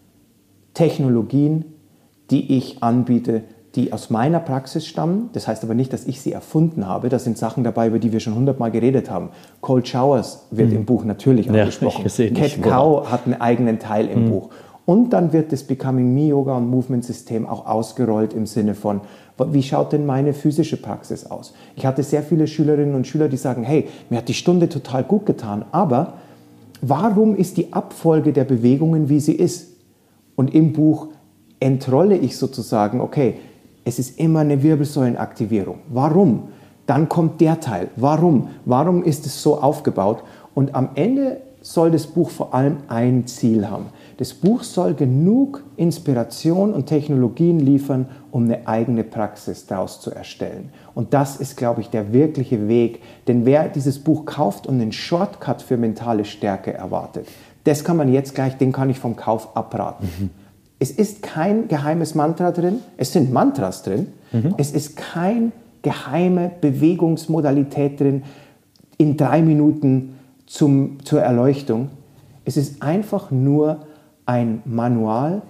Technologien, die ich anbiete, die aus meiner Praxis stammen. Das heißt aber nicht, dass ich sie erfunden habe. Da sind Sachen dabei, über die wir schon hundertmal geredet haben. Cold Showers wird mhm. im Buch natürlich angesprochen. Ja, Cat Cow hat einen eigenen Teil im mhm. Buch. Und dann wird das Becoming Me Yoga und Movement System auch ausgerollt im Sinne von, wie schaut denn meine physische Praxis aus? Ich hatte sehr viele Schülerinnen und Schüler, die sagen, hey, mir hat die Stunde total gut getan, aber warum ist die Abfolge der Bewegungen, wie sie ist? Und im Buch entrolle ich sozusagen, okay, es ist immer eine Wirbelsäulenaktivierung. Warum? Dann kommt der Teil. Warum? Warum ist es so aufgebaut? Und am Ende soll das Buch vor allem ein Ziel haben. Das Buch soll genug Inspiration und Technologien liefern, um eine eigene Praxis daraus zu erstellen. Und das ist, glaube ich, der wirkliche Weg. Denn wer dieses Buch kauft und einen Shortcut für mentale Stärke erwartet, das kann man jetzt gleich, den kann ich vom Kauf abraten. Mhm. Es ist kein geheimes Mantra drin, es sind Mantras drin, mhm. es ist keine geheime Bewegungsmodalität drin in drei Minuten zum, zur Erleuchtung. Es ist einfach nur ein Manual,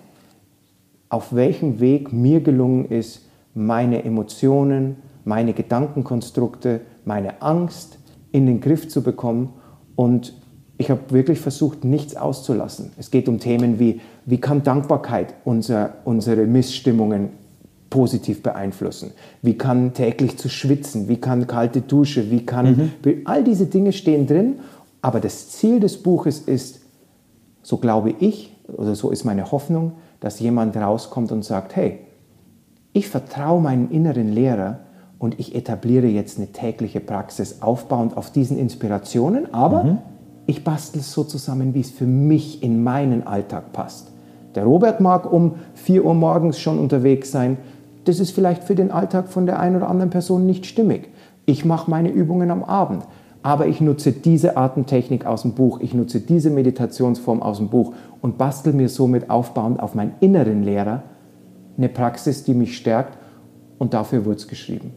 auf welchem Weg mir gelungen ist, meine Emotionen, meine Gedankenkonstrukte, meine Angst in den Griff zu bekommen. Und ich habe wirklich versucht, nichts auszulassen. Es geht um Themen wie, wie kann Dankbarkeit unser, unsere Missstimmungen positiv beeinflussen? Wie kann täglich zu schwitzen? Wie kann kalte Dusche? Wie kann, mhm. all diese Dinge stehen drin. Aber das Ziel des Buches ist, so glaube ich, oder so ist meine Hoffnung, dass jemand rauskommt und sagt, hey, ich vertraue meinem inneren Lehrer und ich etabliere jetzt eine tägliche Praxis aufbauend auf diesen Inspirationen, aber mhm. ich bastel es so zusammen, wie es für mich in meinen Alltag passt. Der Robert mag um vier Uhr morgens schon unterwegs sein. Das ist vielleicht für den Alltag von der einen oder anderen Person nicht stimmig. Ich mache meine Übungen am Abend. Aber ich nutze diese Atemtechnik aus dem Buch, ich nutze diese Meditationsform aus dem Buch und bastel mir somit aufbauend auf meinen inneren Lehrer eine Praxis, die mich stärkt, und dafür wurde es geschrieben.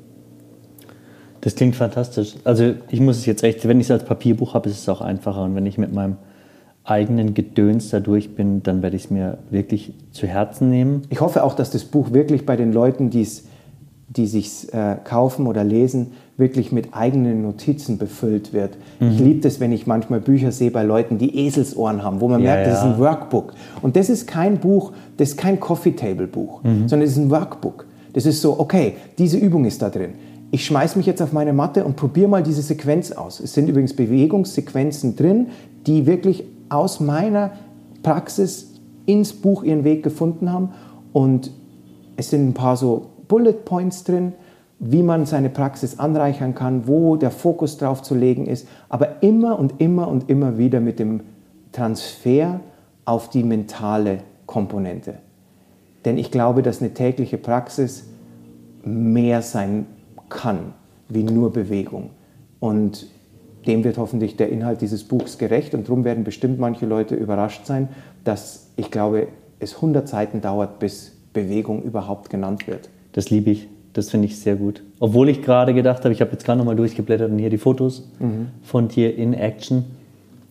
Das klingt fantastisch. Also ich muss es jetzt echt, wenn ich es als Papierbuch habe, ist es auch einfacher, und wenn ich mit meinem eigenen Gedöns da durch bin, dann werde ich es mir wirklich zu Herzen nehmen. Ich hoffe auch, dass das Buch wirklich bei den Leuten, die es die sich äh, kaufen oder lesen, wirklich mit eigenen Notizen befüllt wird. Mhm. Ich liebe das, wenn ich manchmal Bücher sehe bei Leuten, die Eselsohren haben, wo man ja, merkt, das ja. ist ein Workbook. Und das ist kein Buch, das ist kein Coffee-Table-Buch, mhm. sondern es ist ein Workbook. Das ist so, okay, diese Übung ist da drin. Ich schmeiße mich jetzt auf meine Matte und probiere mal diese Sequenz aus. Es sind übrigens Bewegungssequenzen drin, die wirklich aus meiner Praxis ins Buch ihren Weg gefunden haben. Und es sind ein paar so Bullet Points drin, wie man seine Praxis anreichern kann, wo der Fokus drauf zu legen ist, aber immer und immer und immer wieder mit dem Transfer auf die mentale Komponente. Denn ich glaube, dass eine tägliche Praxis mehr sein kann, wie nur Bewegung. Und dem wird hoffentlich der Inhalt dieses Buchs gerecht, und darum werden bestimmt manche Leute überrascht sein, dass, ich glaube, es hundert Seiten dauert, bis Bewegung überhaupt genannt wird. Das liebe ich, das finde ich sehr gut. Obwohl ich gerade gedacht habe, ich habe jetzt gerade nochmal durchgeblättert und hier die Fotos mhm. von dir in Action.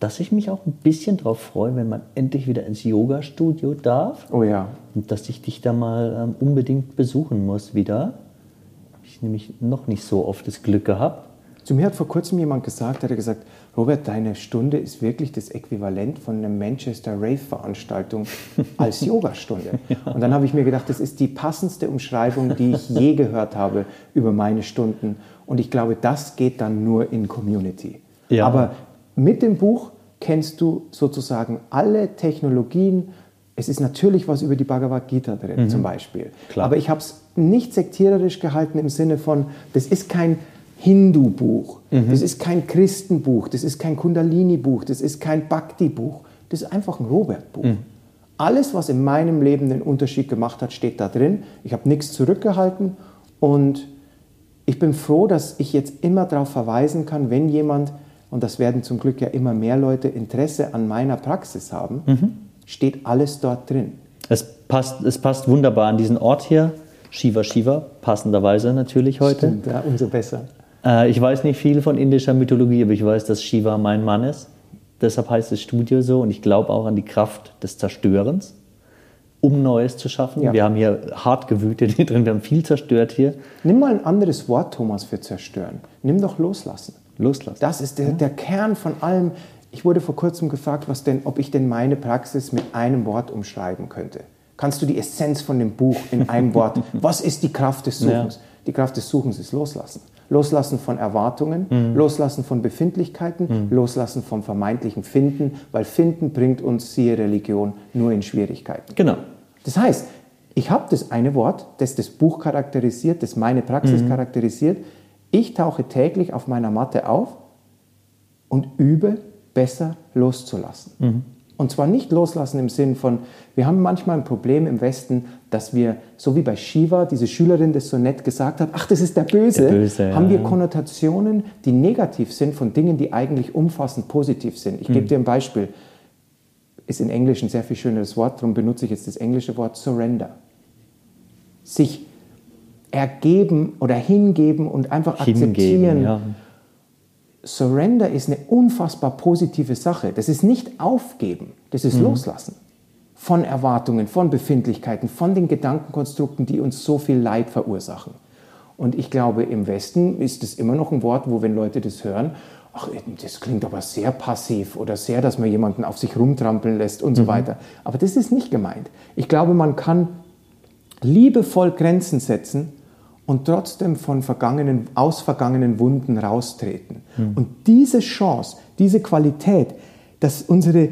dass ich mich auch ein bisschen drauf freue, wenn man endlich wieder ins Yoga-Studio darf. Oh ja. Und dass ich dich da mal ähm, unbedingt besuchen muss wieder. Ich nämlich noch nicht so oft das Glück gehabt. Zu mir hat vor kurzem jemand gesagt, hat er gesagt, Robert, deine Stunde ist wirklich das Äquivalent von einer Manchester Rave-Veranstaltung als Yogastunde. Ja. Und dann habe ich mir gedacht, das ist die passendste Umschreibung, die ich je gehört habe über meine Stunden. Und ich glaube, das geht dann nur in Community. Ja. Aber mit dem Buch kennst du sozusagen alle Technologien. Es ist natürlich was über die Bhagavad Gita drin, mhm. zum Beispiel. Klar. Aber ich habe es nicht sektiererisch gehalten im Sinne von, das ist kein Hindu-Buch, mhm. das ist kein Christenbuch, das ist kein Kundalini-Buch, das ist kein Bhakti-Buch, das ist einfach ein Robert-Buch. Mhm. Alles, was in meinem Leben den Unterschied gemacht hat, steht da drin. Ich habe nichts zurückgehalten und ich bin froh, dass ich jetzt immer darauf verweisen kann, wenn jemand, und das werden zum Glück ja immer mehr Leute, Interesse an meiner Praxis haben, mhm. steht alles dort drin. Es passt, es passt wunderbar an diesen Ort hier, Shiva Shiva, passenderweise natürlich heute. Stimmt, ja, umso besser. Ich weiß nicht viel von indischer Mythologie, aber ich weiß, dass Shiva mein Mann ist. Deshalb heißt das Studio so und ich glaube auch an die Kraft des Zerstörens, um Neues zu schaffen. Ja. Wir haben hier hart gewütet hier drin, wir haben viel zerstört hier. Nimm mal ein anderes Wort, Thomas, für zerstören. Nimm doch loslassen. Loslassen. Das ist der, ja. der Kern von allem. Ich wurde vor kurzem gefragt, was denn, ob ich denn meine Praxis mit einem Wort umschreiben könnte. Kannst du die Essenz von dem Buch in einem Wort, was ist die Kraft des Suchens? Ja. Die Kraft des Suchens ist Loslassen. Loslassen von Erwartungen, mhm. Loslassen von Befindlichkeiten, mhm. Loslassen vom vermeintlichen Finden, weil Finden bringt uns, siehe Religion, nur in Schwierigkeiten. Genau. Das heißt, ich habe das eine Wort, das das Buch charakterisiert, das meine Praxis mhm. charakterisiert. Ich tauche täglich auf meiner Matte auf und übe, besser loszulassen. Mhm. Und zwar nicht loslassen im Sinn von, wir haben manchmal ein Problem im Westen, dass wir, so wie bei Shiva, diese Schülerin das so nett gesagt hat, ach, das ist der Böse, der Böse haben ja. wir Konnotationen, die negativ sind von Dingen, die eigentlich umfassend positiv sind. Ich mhm. gebe dir ein Beispiel. Ist in Englisch ein sehr viel schöneres Wort, darum benutze ich jetzt das englische Wort Surrender. Sich ergeben oder hingeben und einfach akzeptieren. Hingeben, ja. Surrender ist eine unfassbar positive Sache. Das ist nicht aufgeben, das ist mhm. loslassen. Von Erwartungen, von Befindlichkeiten, von den Gedankenkonstrukten, die uns so viel Leid verursachen. Und ich glaube, im Westen ist es immer noch ein Wort, wo, wenn Leute das hören, ach, das klingt aber sehr passiv oder sehr, dass man jemanden auf sich rumtrampeln lässt und mhm. so weiter. Aber das ist nicht gemeint. Ich glaube, man kann liebevoll Grenzen setzen und trotzdem von vergangenen, aus vergangenen Wunden raustreten. Mhm. Und diese Chance, diese Qualität, dass unsere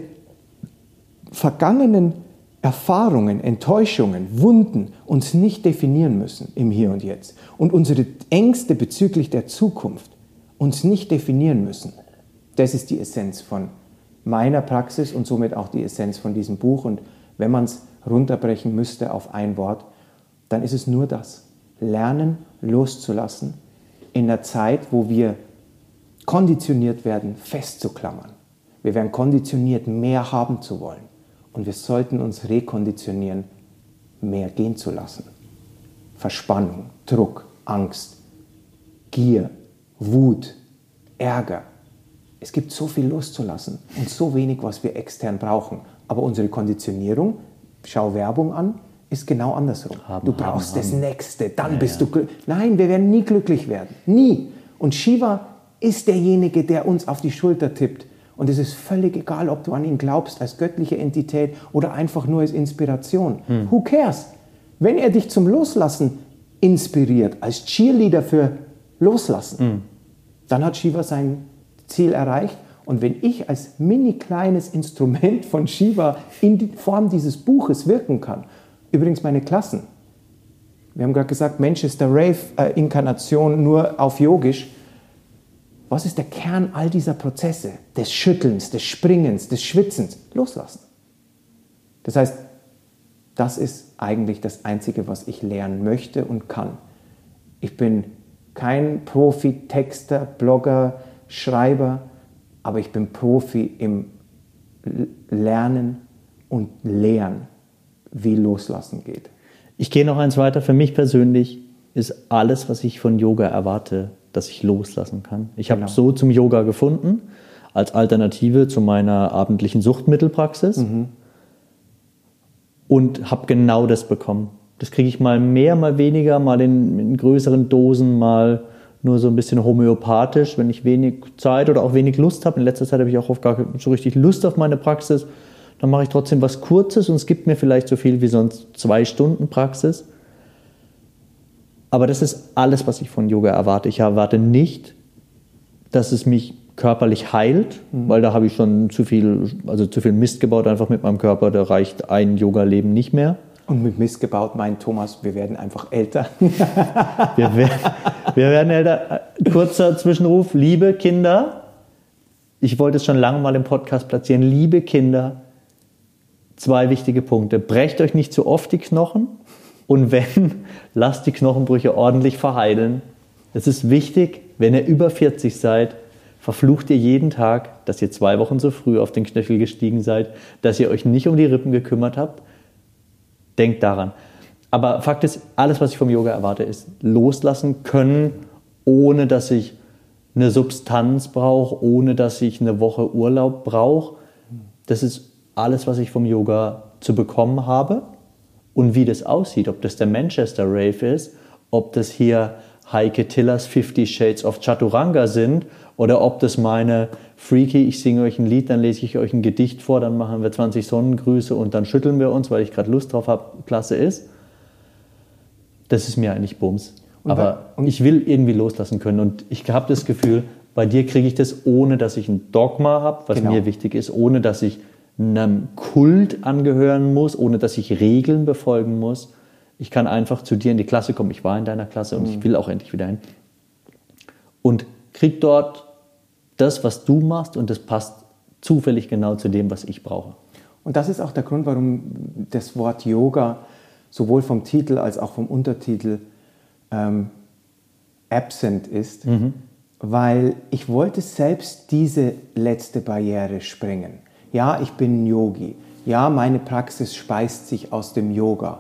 vergangenen Erfahrungen, Enttäuschungen, Wunden uns nicht definieren müssen im Hier und Jetzt und unsere Ängste bezüglich der Zukunft uns nicht definieren müssen. Das ist die Essenz von meiner Praxis und somit auch die Essenz von diesem Buch. Und wenn man es runterbrechen müsste auf ein Wort, dann ist es nur das. Lernen, loszulassen in der Zeit, wo wir konditioniert werden, festzuklammern. Wir werden konditioniert, mehr haben zu wollen. Und wir sollten uns rekonditionieren, mehr gehen zu lassen. Verspannung, Druck, Angst, Gier, Wut, Ärger. Es gibt so viel loszulassen und so wenig, was wir extern brauchen. Aber unsere Konditionierung, schau Werbung an, ist genau andersrum. Haben, du brauchst haben, das haben. Nächste, dann ja, bist ja. du glücklich. Nein, wir werden nie glücklich werden. Nie. Und Shiva ist derjenige, der uns auf die Schulter tippt. Und es ist völlig egal, ob du an ihn glaubst als göttliche Entität oder einfach nur als Inspiration. Hm. Who cares? Wenn er dich zum Loslassen inspiriert, als Cheerleader für Loslassen, hm. dann hat Shiva sein Ziel erreicht. Und wenn ich als mini kleines Instrument von Shiva in die Form dieses Buches wirken kann, übrigens meine Klassen, wir haben gerade gesagt, Manchester Rave-Inkarnation nur auf Yogisch. Was ist der Kern all dieser Prozesse? Des Schüttelns, des Springens, des Schwitzens. Loslassen. Das heißt, das ist eigentlich das Einzige, was ich lernen möchte und kann. Ich bin kein Profi-Texter, Blogger, Schreiber, aber ich bin Profi im Lernen und Lehren, wie Loslassen geht. Ich gehe noch eins weiter. Für mich persönlich ist alles, was ich von Yoga erwarte, dass ich loslassen kann. Ich habe genau. so zum Yoga gefunden, als Alternative zu meiner abendlichen Suchtmittelpraxis mhm. und habe genau das bekommen. Das kriege ich mal mehr, mal weniger, mal in, in größeren Dosen, mal nur so ein bisschen homöopathisch, wenn ich wenig Zeit oder auch wenig Lust habe. In letzter Zeit habe ich auch oft gar nicht so richtig Lust auf meine Praxis. Dann mache ich trotzdem was Kurzes und es gibt mir vielleicht so viel wie sonst zwei Stunden Praxis. Aber das ist alles, was ich von Yoga erwarte. Ich erwarte nicht, dass es mich körperlich heilt, mhm. weil da habe ich schon zu viel, also zu viel Mist gebaut einfach mit meinem Körper. Da reicht ein Yoga-Leben nicht mehr. Und mit Mist gebaut meint Thomas, wir werden einfach älter. wir, werden, wir werden älter. Kurzer Zwischenruf, liebe Kinder, ich wollte es schon lange mal im Podcast platzieren, liebe Kinder, zwei wichtige Punkte. Brecht euch nicht zu oft die Knochen und wenn, lasst die Knochenbrüche ordentlich verheilen. Es ist wichtig, wenn ihr über vierzig seid, verflucht ihr jeden Tag, dass ihr zwei Wochen zu früh auf den Knöchel gestiegen seid, dass ihr euch nicht um die Rippen gekümmert habt. Denkt daran. Aber Fakt ist, alles, was ich vom Yoga erwarte, ist loslassen können, ohne dass ich eine Substanz brauche, ohne dass ich eine Woche Urlaub brauche. Das ist alles, was ich vom Yoga zu bekommen habe. Und wie das aussieht, ob das der Manchester Rave ist, ob das hier Heike Tillers Fifty Shades of Chaturanga sind oder ob das meine Freaky, ich singe euch ein Lied, dann lese ich euch ein Gedicht vor, dann machen wir zwanzig Sonnengrüße und dann schütteln wir uns, weil ich gerade Lust drauf habe, klasse ist. Das ist mir eigentlich Bums. Und Aber bei, ich will irgendwie loslassen können und ich habe das Gefühl, bei dir kriege ich das, ohne dass ich ein Dogma habe, was genau. mir wichtig ist, ohne dass ich einem Kult angehören muss, ohne dass ich Regeln befolgen muss. Ich kann einfach zu dir in die Klasse kommen. Ich war in deiner Klasse und mhm. ich will auch endlich wieder hin. Und krieg dort das, was du machst, und das passt zufällig genau zu dem, was ich brauche. Und das ist auch der Grund, warum das Wort Yoga sowohl vom Titel als auch vom Untertitel ähm, absent ist, mhm. weil ich wollte selbst diese letzte Barriere sprengen. Ja, ich bin ein Yogi. Ja, meine Praxis speist sich aus dem Yoga.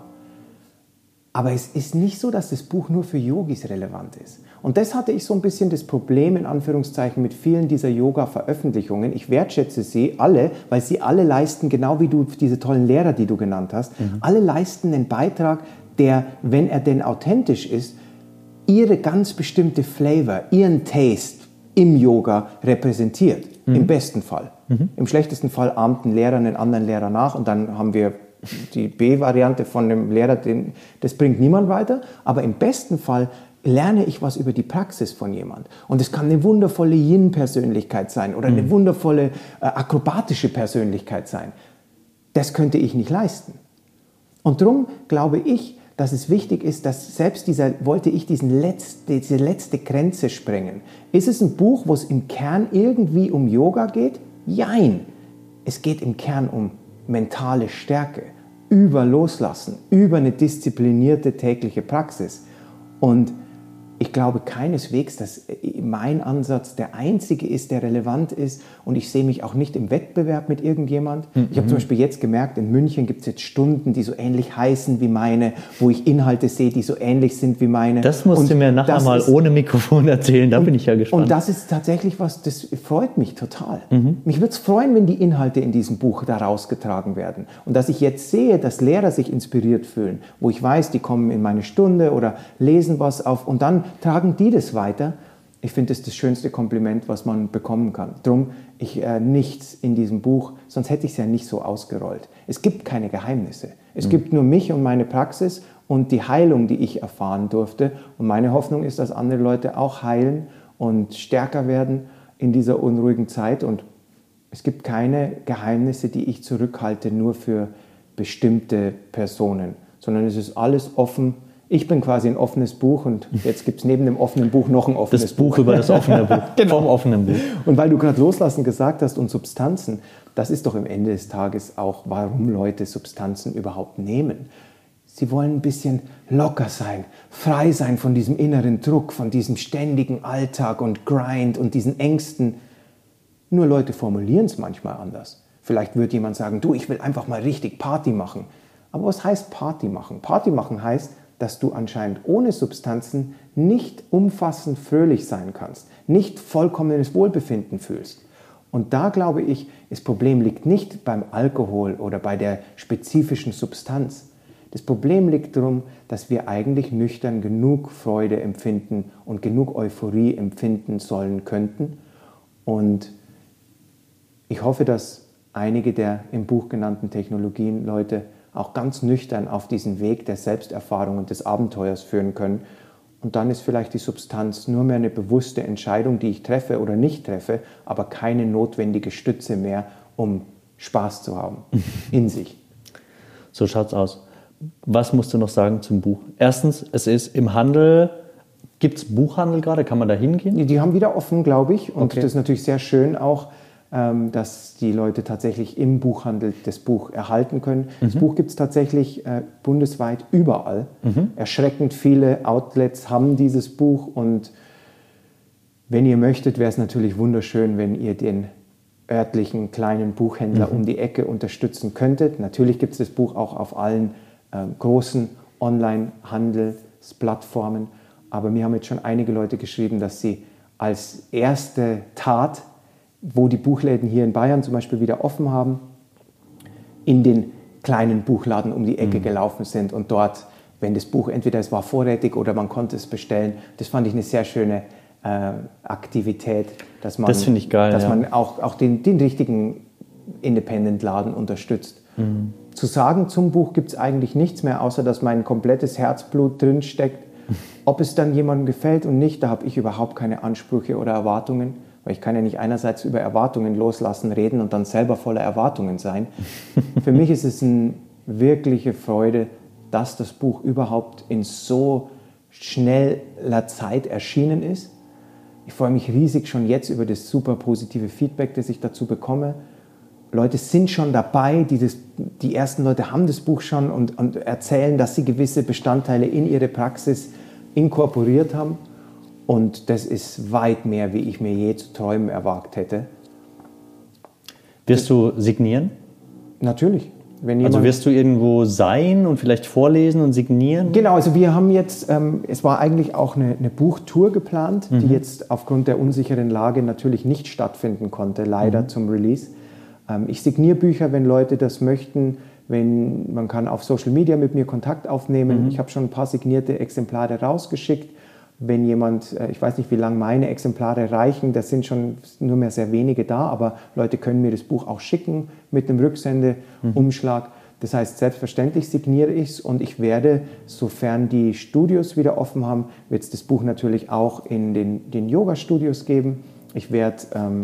Aber es ist nicht so, dass das Buch nur für Yogis relevant ist. Und das hatte ich so ein bisschen das Problem, in Anführungszeichen, mit vielen dieser Yoga-Veröffentlichungen. Ich wertschätze sie alle, weil sie alle leisten, genau wie du, diese tollen Lehrer, die du genannt hast, mhm. alle leisten einen Beitrag, der, wenn er denn authentisch ist, ihre ganz bestimmte Flavor, ihren Taste im Yoga repräsentiert. Mhm. Im besten Fall. Mhm. Im schlechtesten Fall ahmt ein Lehrer einen anderen Lehrer nach und dann haben wir die B-Variante von dem Lehrer, den, das bringt niemand weiter, aber im besten Fall lerne ich was über die Praxis von jemand. Und es kann eine wundervolle Yin-Persönlichkeit sein oder eine mhm. wundervolle äh, akrobatische Persönlichkeit sein. Das könnte ich nicht leisten. Und darum glaube ich, dass es wichtig ist, dass selbst dieser, wollte ich diesen letzte, diese letzte Grenze sprengen. Ist es ein Buch, wo es im Kern irgendwie um Yoga geht? Jein. Es geht im Kern um mentale Stärke, über Loslassen, über eine disziplinierte tägliche Praxis. Und ich glaube keineswegs, dass mein Ansatz der einzige ist, der relevant ist. Und ich sehe mich auch nicht im Wettbewerb mit irgendjemand. Mhm. Ich habe zum Beispiel jetzt gemerkt, in München gibt es jetzt Stunden, die so ähnlich heißen wie meine, wo ich Inhalte sehe, die so ähnlich sind wie meine. Das musst und du mir nachher mal ist, ohne Mikrofon erzählen, da und, bin ich ja gespannt. Und das ist tatsächlich was, das freut mich total. Mhm. Mich würde es freuen, wenn die Inhalte in diesem Buch da rausgetragen werden. Und dass ich jetzt sehe, dass Lehrer sich inspiriert fühlen, wo ich weiß, die kommen in meine Stunde oder lesen was auf und dann tragen die das weiter. Ich finde, das ist das schönste Kompliment, was man bekommen kann. Drum, ich äh, nichts in diesem Buch, sonst hätte ich es ja nicht so ausgerollt. Es gibt keine Geheimnisse. Es mhm. gibt nur mich und meine Praxis und die Heilung, die ich erfahren durfte. Und meine Hoffnung ist, dass andere Leute auch heilen und stärker werden in dieser unruhigen Zeit. Und es gibt keine Geheimnisse, die ich zurückhalte, nur für bestimmte Personen, sondern es ist alles offen. Ich bin quasi ein offenes Buch und jetzt gibt es neben dem offenen Buch noch ein offenes Buch. Das Buch über das offene Buch, genau. Vom offenen Buch. Und weil du gerade Loslassen gesagt hast und Substanzen, das ist doch am Ende des Tages auch, warum Leute Substanzen überhaupt nehmen. Sie wollen ein bisschen locker sein, frei sein von diesem inneren Druck, von diesem ständigen Alltag und Grind und diesen Ängsten. Nur Leute formulieren es manchmal anders. Vielleicht wird jemand sagen, du, ich will einfach mal richtig Party machen. Aber was heißt Party machen? Party machen heißt, dass du anscheinend ohne Substanzen nicht umfassend fröhlich sein kannst, nicht vollkommenes Wohlbefinden fühlst. Und da glaube ich, das Problem liegt nicht beim Alkohol oder bei der spezifischen Substanz. Das Problem liegt darum, dass wir eigentlich nüchtern genug Freude empfinden und genug Euphorie empfinden sollen könnten. Und ich hoffe, dass einige der im Buch genannten Technologien Leute auch ganz nüchtern auf diesen Weg der Selbsterfahrung und des Abenteuers führen können. Und dann ist vielleicht die Substanz nur mehr eine bewusste Entscheidung, die ich treffe oder nicht treffe, aber keine notwendige Stütze mehr, um Spaß zu haben in sich. So schaut's aus. Was musst du noch sagen zum Buch? Erstens, es ist im Handel. Gibt es Buchhandel gerade? Kann man da hingehen? Die, die haben wieder offen, glaube ich. Und Okay. das ist natürlich sehr schön auch, ähm, dass die Leute tatsächlich im Buchhandel das Buch erhalten können. Mhm. Das Buch gibt es tatsächlich äh, bundesweit überall. Mhm. Erschreckend viele Outlets haben dieses Buch. Und wenn ihr möchtet, wäre es natürlich wunderschön, wenn ihr den örtlichen kleinen Buchhändler mhm. um die Ecke unterstützen könntet. Natürlich gibt es das Buch auch auf allen äh, großen Online-Handelsplattformen. Aber mir haben jetzt schon einige Leute geschrieben, dass sie als erste Tat, wo die Buchläden hier in Bayern zum Beispiel wieder offen haben, in den kleinen Buchladen um die Ecke mhm. gelaufen sind und dort, wenn das Buch, entweder es war vorrätig oder man konnte es bestellen, das fand ich eine sehr schöne äh, Aktivität, dass man, das finde ich geil, dass ja. man auch, auch den, den richtigen Independent-Laden unterstützt. Mhm. Zu sagen zum Buch gibt es eigentlich nichts mehr, außer dass mein komplettes Herzblut drin steckt. Ob es dann jemandem gefällt und nicht, da habe ich überhaupt keine Ansprüche oder Erwartungen, weil ich kann ja nicht einerseits über Erwartungen loslassen, reden und dann selber voller Erwartungen sein. Für mich ist es eine wirkliche Freude, dass das Buch überhaupt in so schneller Zeit erschienen ist. Ich freue mich riesig schon jetzt über das super positive Feedback, das ich dazu bekomme. Leute sind schon dabei, die, das, die ersten Leute haben das Buch schon und, und erzählen, dass sie gewisse Bestandteile in ihre Praxis inkorporiert haben. Und das ist weit mehr, wie ich mir je zu träumen erwagt hätte. Wirst du signieren? Natürlich. Wenn Also jemand, wirst du irgendwo sein und vielleicht vorlesen und signieren? Genau, also wir haben jetzt, ähm, es war eigentlich auch eine, eine Buchtour geplant, mhm. die jetzt aufgrund der unsicheren Lage natürlich nicht stattfinden konnte, leider mhm. zum Release. Ähm, ich signiere Bücher, wenn Leute das möchten. Wenn, man kann auf Social Media mit mir Kontakt aufnehmen. Mhm. Ich habe schon ein paar signierte Exemplare rausgeschickt. Wenn jemand, ich weiß nicht, wie lange meine Exemplare reichen, das sind schon nur mehr sehr wenige da, aber Leute können mir das Buch auch schicken mit einem Rücksendeumschlag. Mhm. Das heißt, selbstverständlich signiere ich es und ich werde, sofern die Studios wieder offen haben, wird es das Buch natürlich auch in den, den Yoga-Studios geben. Ich werde ähm,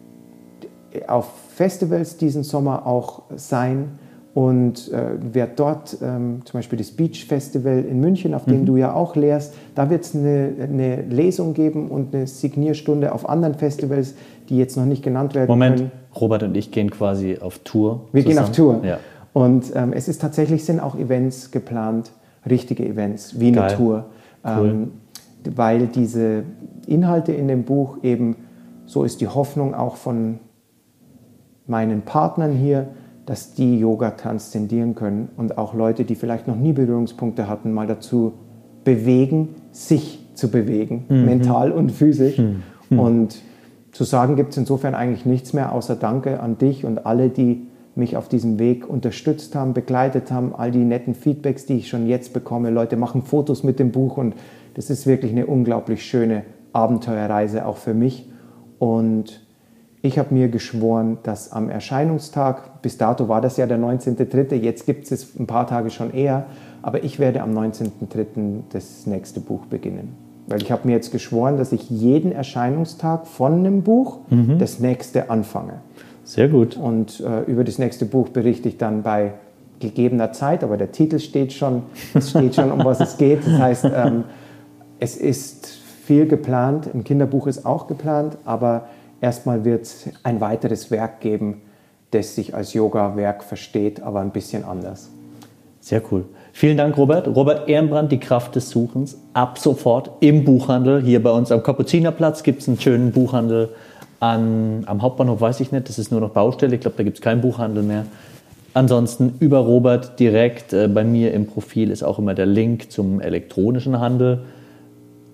auf Festivals diesen Sommer auch sein und äh, werde dort ähm, zum Beispiel das Beach Festival in München, auf dem mhm. du ja auch lehrst, da wird es eine, eine Lesung geben und eine Signierstunde auf anderen Festivals, die jetzt noch nicht genannt werden Moment, können. Moment, Robert und ich gehen quasi auf Tour. Wir zusammen. gehen auf Tour. Ja. Und ähm, es ist tatsächlich, sind auch Events geplant, richtige Events, wie eine Geil. Tour. Cool. Ähm, weil diese Inhalte in dem Buch eben, so ist die Hoffnung auch von meinen Partnern hier, dass die Yoga transzendieren können und auch Leute, die vielleicht noch nie Berührungspunkte hatten, mal dazu bewegen, sich zu bewegen, mhm. mental und physisch. Mhm. Und zu sagen gibt es insofern eigentlich nichts mehr, außer Danke an dich und alle, die mich auf diesem Weg unterstützt haben, begleitet haben, all die netten Feedbacks, die ich schon jetzt bekomme. Leute machen Fotos mit dem Buch und das ist wirklich eine unglaublich schöne Abenteuerreise auch für mich. Und ich habe mir geschworen, dass am Erscheinungstag, bis dato war das ja der neunzehnter dritter, jetzt gibt es ein paar Tage schon eher, aber ich werde am neunzehnter dritter das nächste Buch beginnen. Weil ich habe mir jetzt geschworen, dass ich jeden Erscheinungstag von einem Buch mhm. das nächste anfange. Sehr gut. Und äh, über das nächste Buch berichte ich dann bei gegebener Zeit, aber der Titel steht schon, es steht schon, um was es geht. Das heißt, ähm, es ist viel geplant, ein Kinderbuch ist auch geplant, aber erstmal wird es ein weiteres Werk geben, das sich als Yoga-Werk versteht, aber ein bisschen anders. Sehr cool. Vielen Dank, Robert. Robert Ehrenbrand, die Kraft des Suchens. Ab sofort im Buchhandel. Hier bei uns am Kapuzinerplatz gibt es einen schönen Buchhandel. An, am Hauptbahnhof weiß ich nicht, das ist nur noch Baustelle. Ich glaube, da gibt es keinen Buchhandel mehr. Ansonsten über Robert direkt äh, bei mir im Profil ist auch immer der Link zum elektronischen Handel.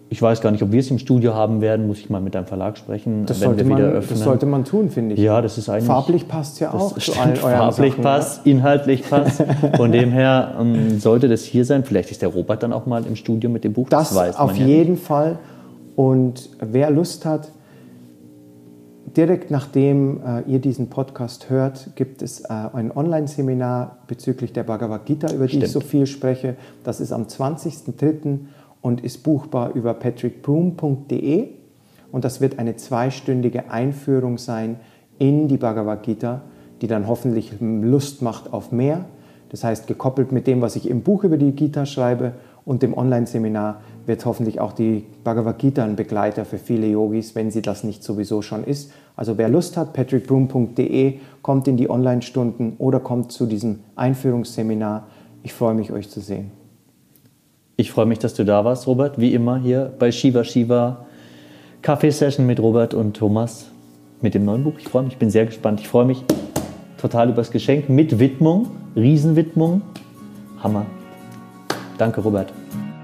Ich weiß gar nicht, ob wir es im Studio haben werden, muss ich mal mit deinem Verlag sprechen, Das, wenn sollte wir wieder man, öffnen. das sollte man tun, finde ich. Ja, das ist eigentlich... Farblich passt ja auch zu allen euren Farblich Sachen, passt, inhaltlich passt. Von dem her ähm, sollte das hier sein. Vielleicht ist der Robert dann auch mal im Studio mit dem Buch. Das, das weiß auf man ja jeden nicht. Fall. Und wer Lust hat, direkt nachdem äh, ihr diesen Podcast hört, gibt es äh, ein Online-Seminar bezüglich der Bhagavad Gita, über die Stimmt. ich so viel spreche. Das ist am zwanzigsten dritten und ist buchbar über patrick broom punkt de. Und das wird eine zweistündige Einführung sein in die Bhagavad Gita, die dann hoffentlich Lust macht auf mehr. Das heißt, gekoppelt mit dem, was ich im Buch über die Gita schreibe und dem Online-Seminar, wird hoffentlich auch die Bhagavad Gita ein Begleiter für viele Yogis, wenn sie das nicht sowieso schon ist. Also wer Lust hat, patrick broom punkt de, kommt in die Online-Stunden oder kommt zu diesem Einführungsseminar. Ich freue mich, euch zu sehen. Ich freue mich, dass du da warst, Robert, wie immer hier bei Shiva Shiva Kaffeesession mit Robert und Thomas mit dem neuen Buch. Ich freue mich, ich bin sehr gespannt. Ich freue mich total über das Geschenk mit Widmung, Riesenwidmung. Hammer. Danke, Robert.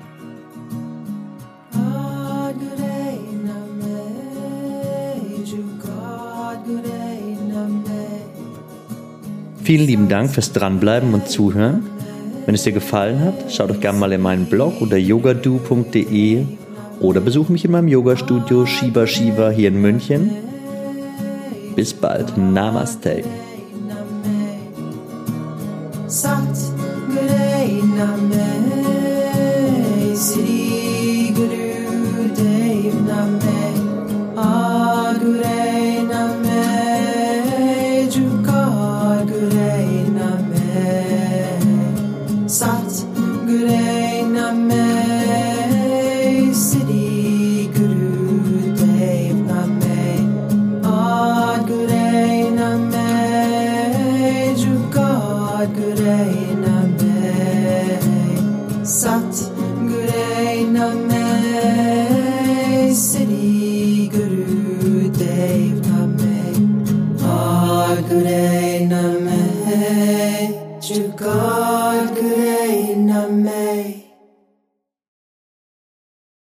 Vielen lieben Dank fürs Dranbleiben und Zuhören. Wenn es dir gefallen hat, schau doch gerne mal in meinen Blog unter yogadu punkt de oder besuch mich in meinem Yogastudio Shiva Shiva hier in München. Bis bald. Namaste. Sat Guru Name Sri Guru Dev Name Agure Name Jukar Gure Name Sat Guru Name Sri Guru Dev Name Agure Name Jukar Gure Sat Guru Name Sri Guru Dev Name Agure Name Jukar Gure Name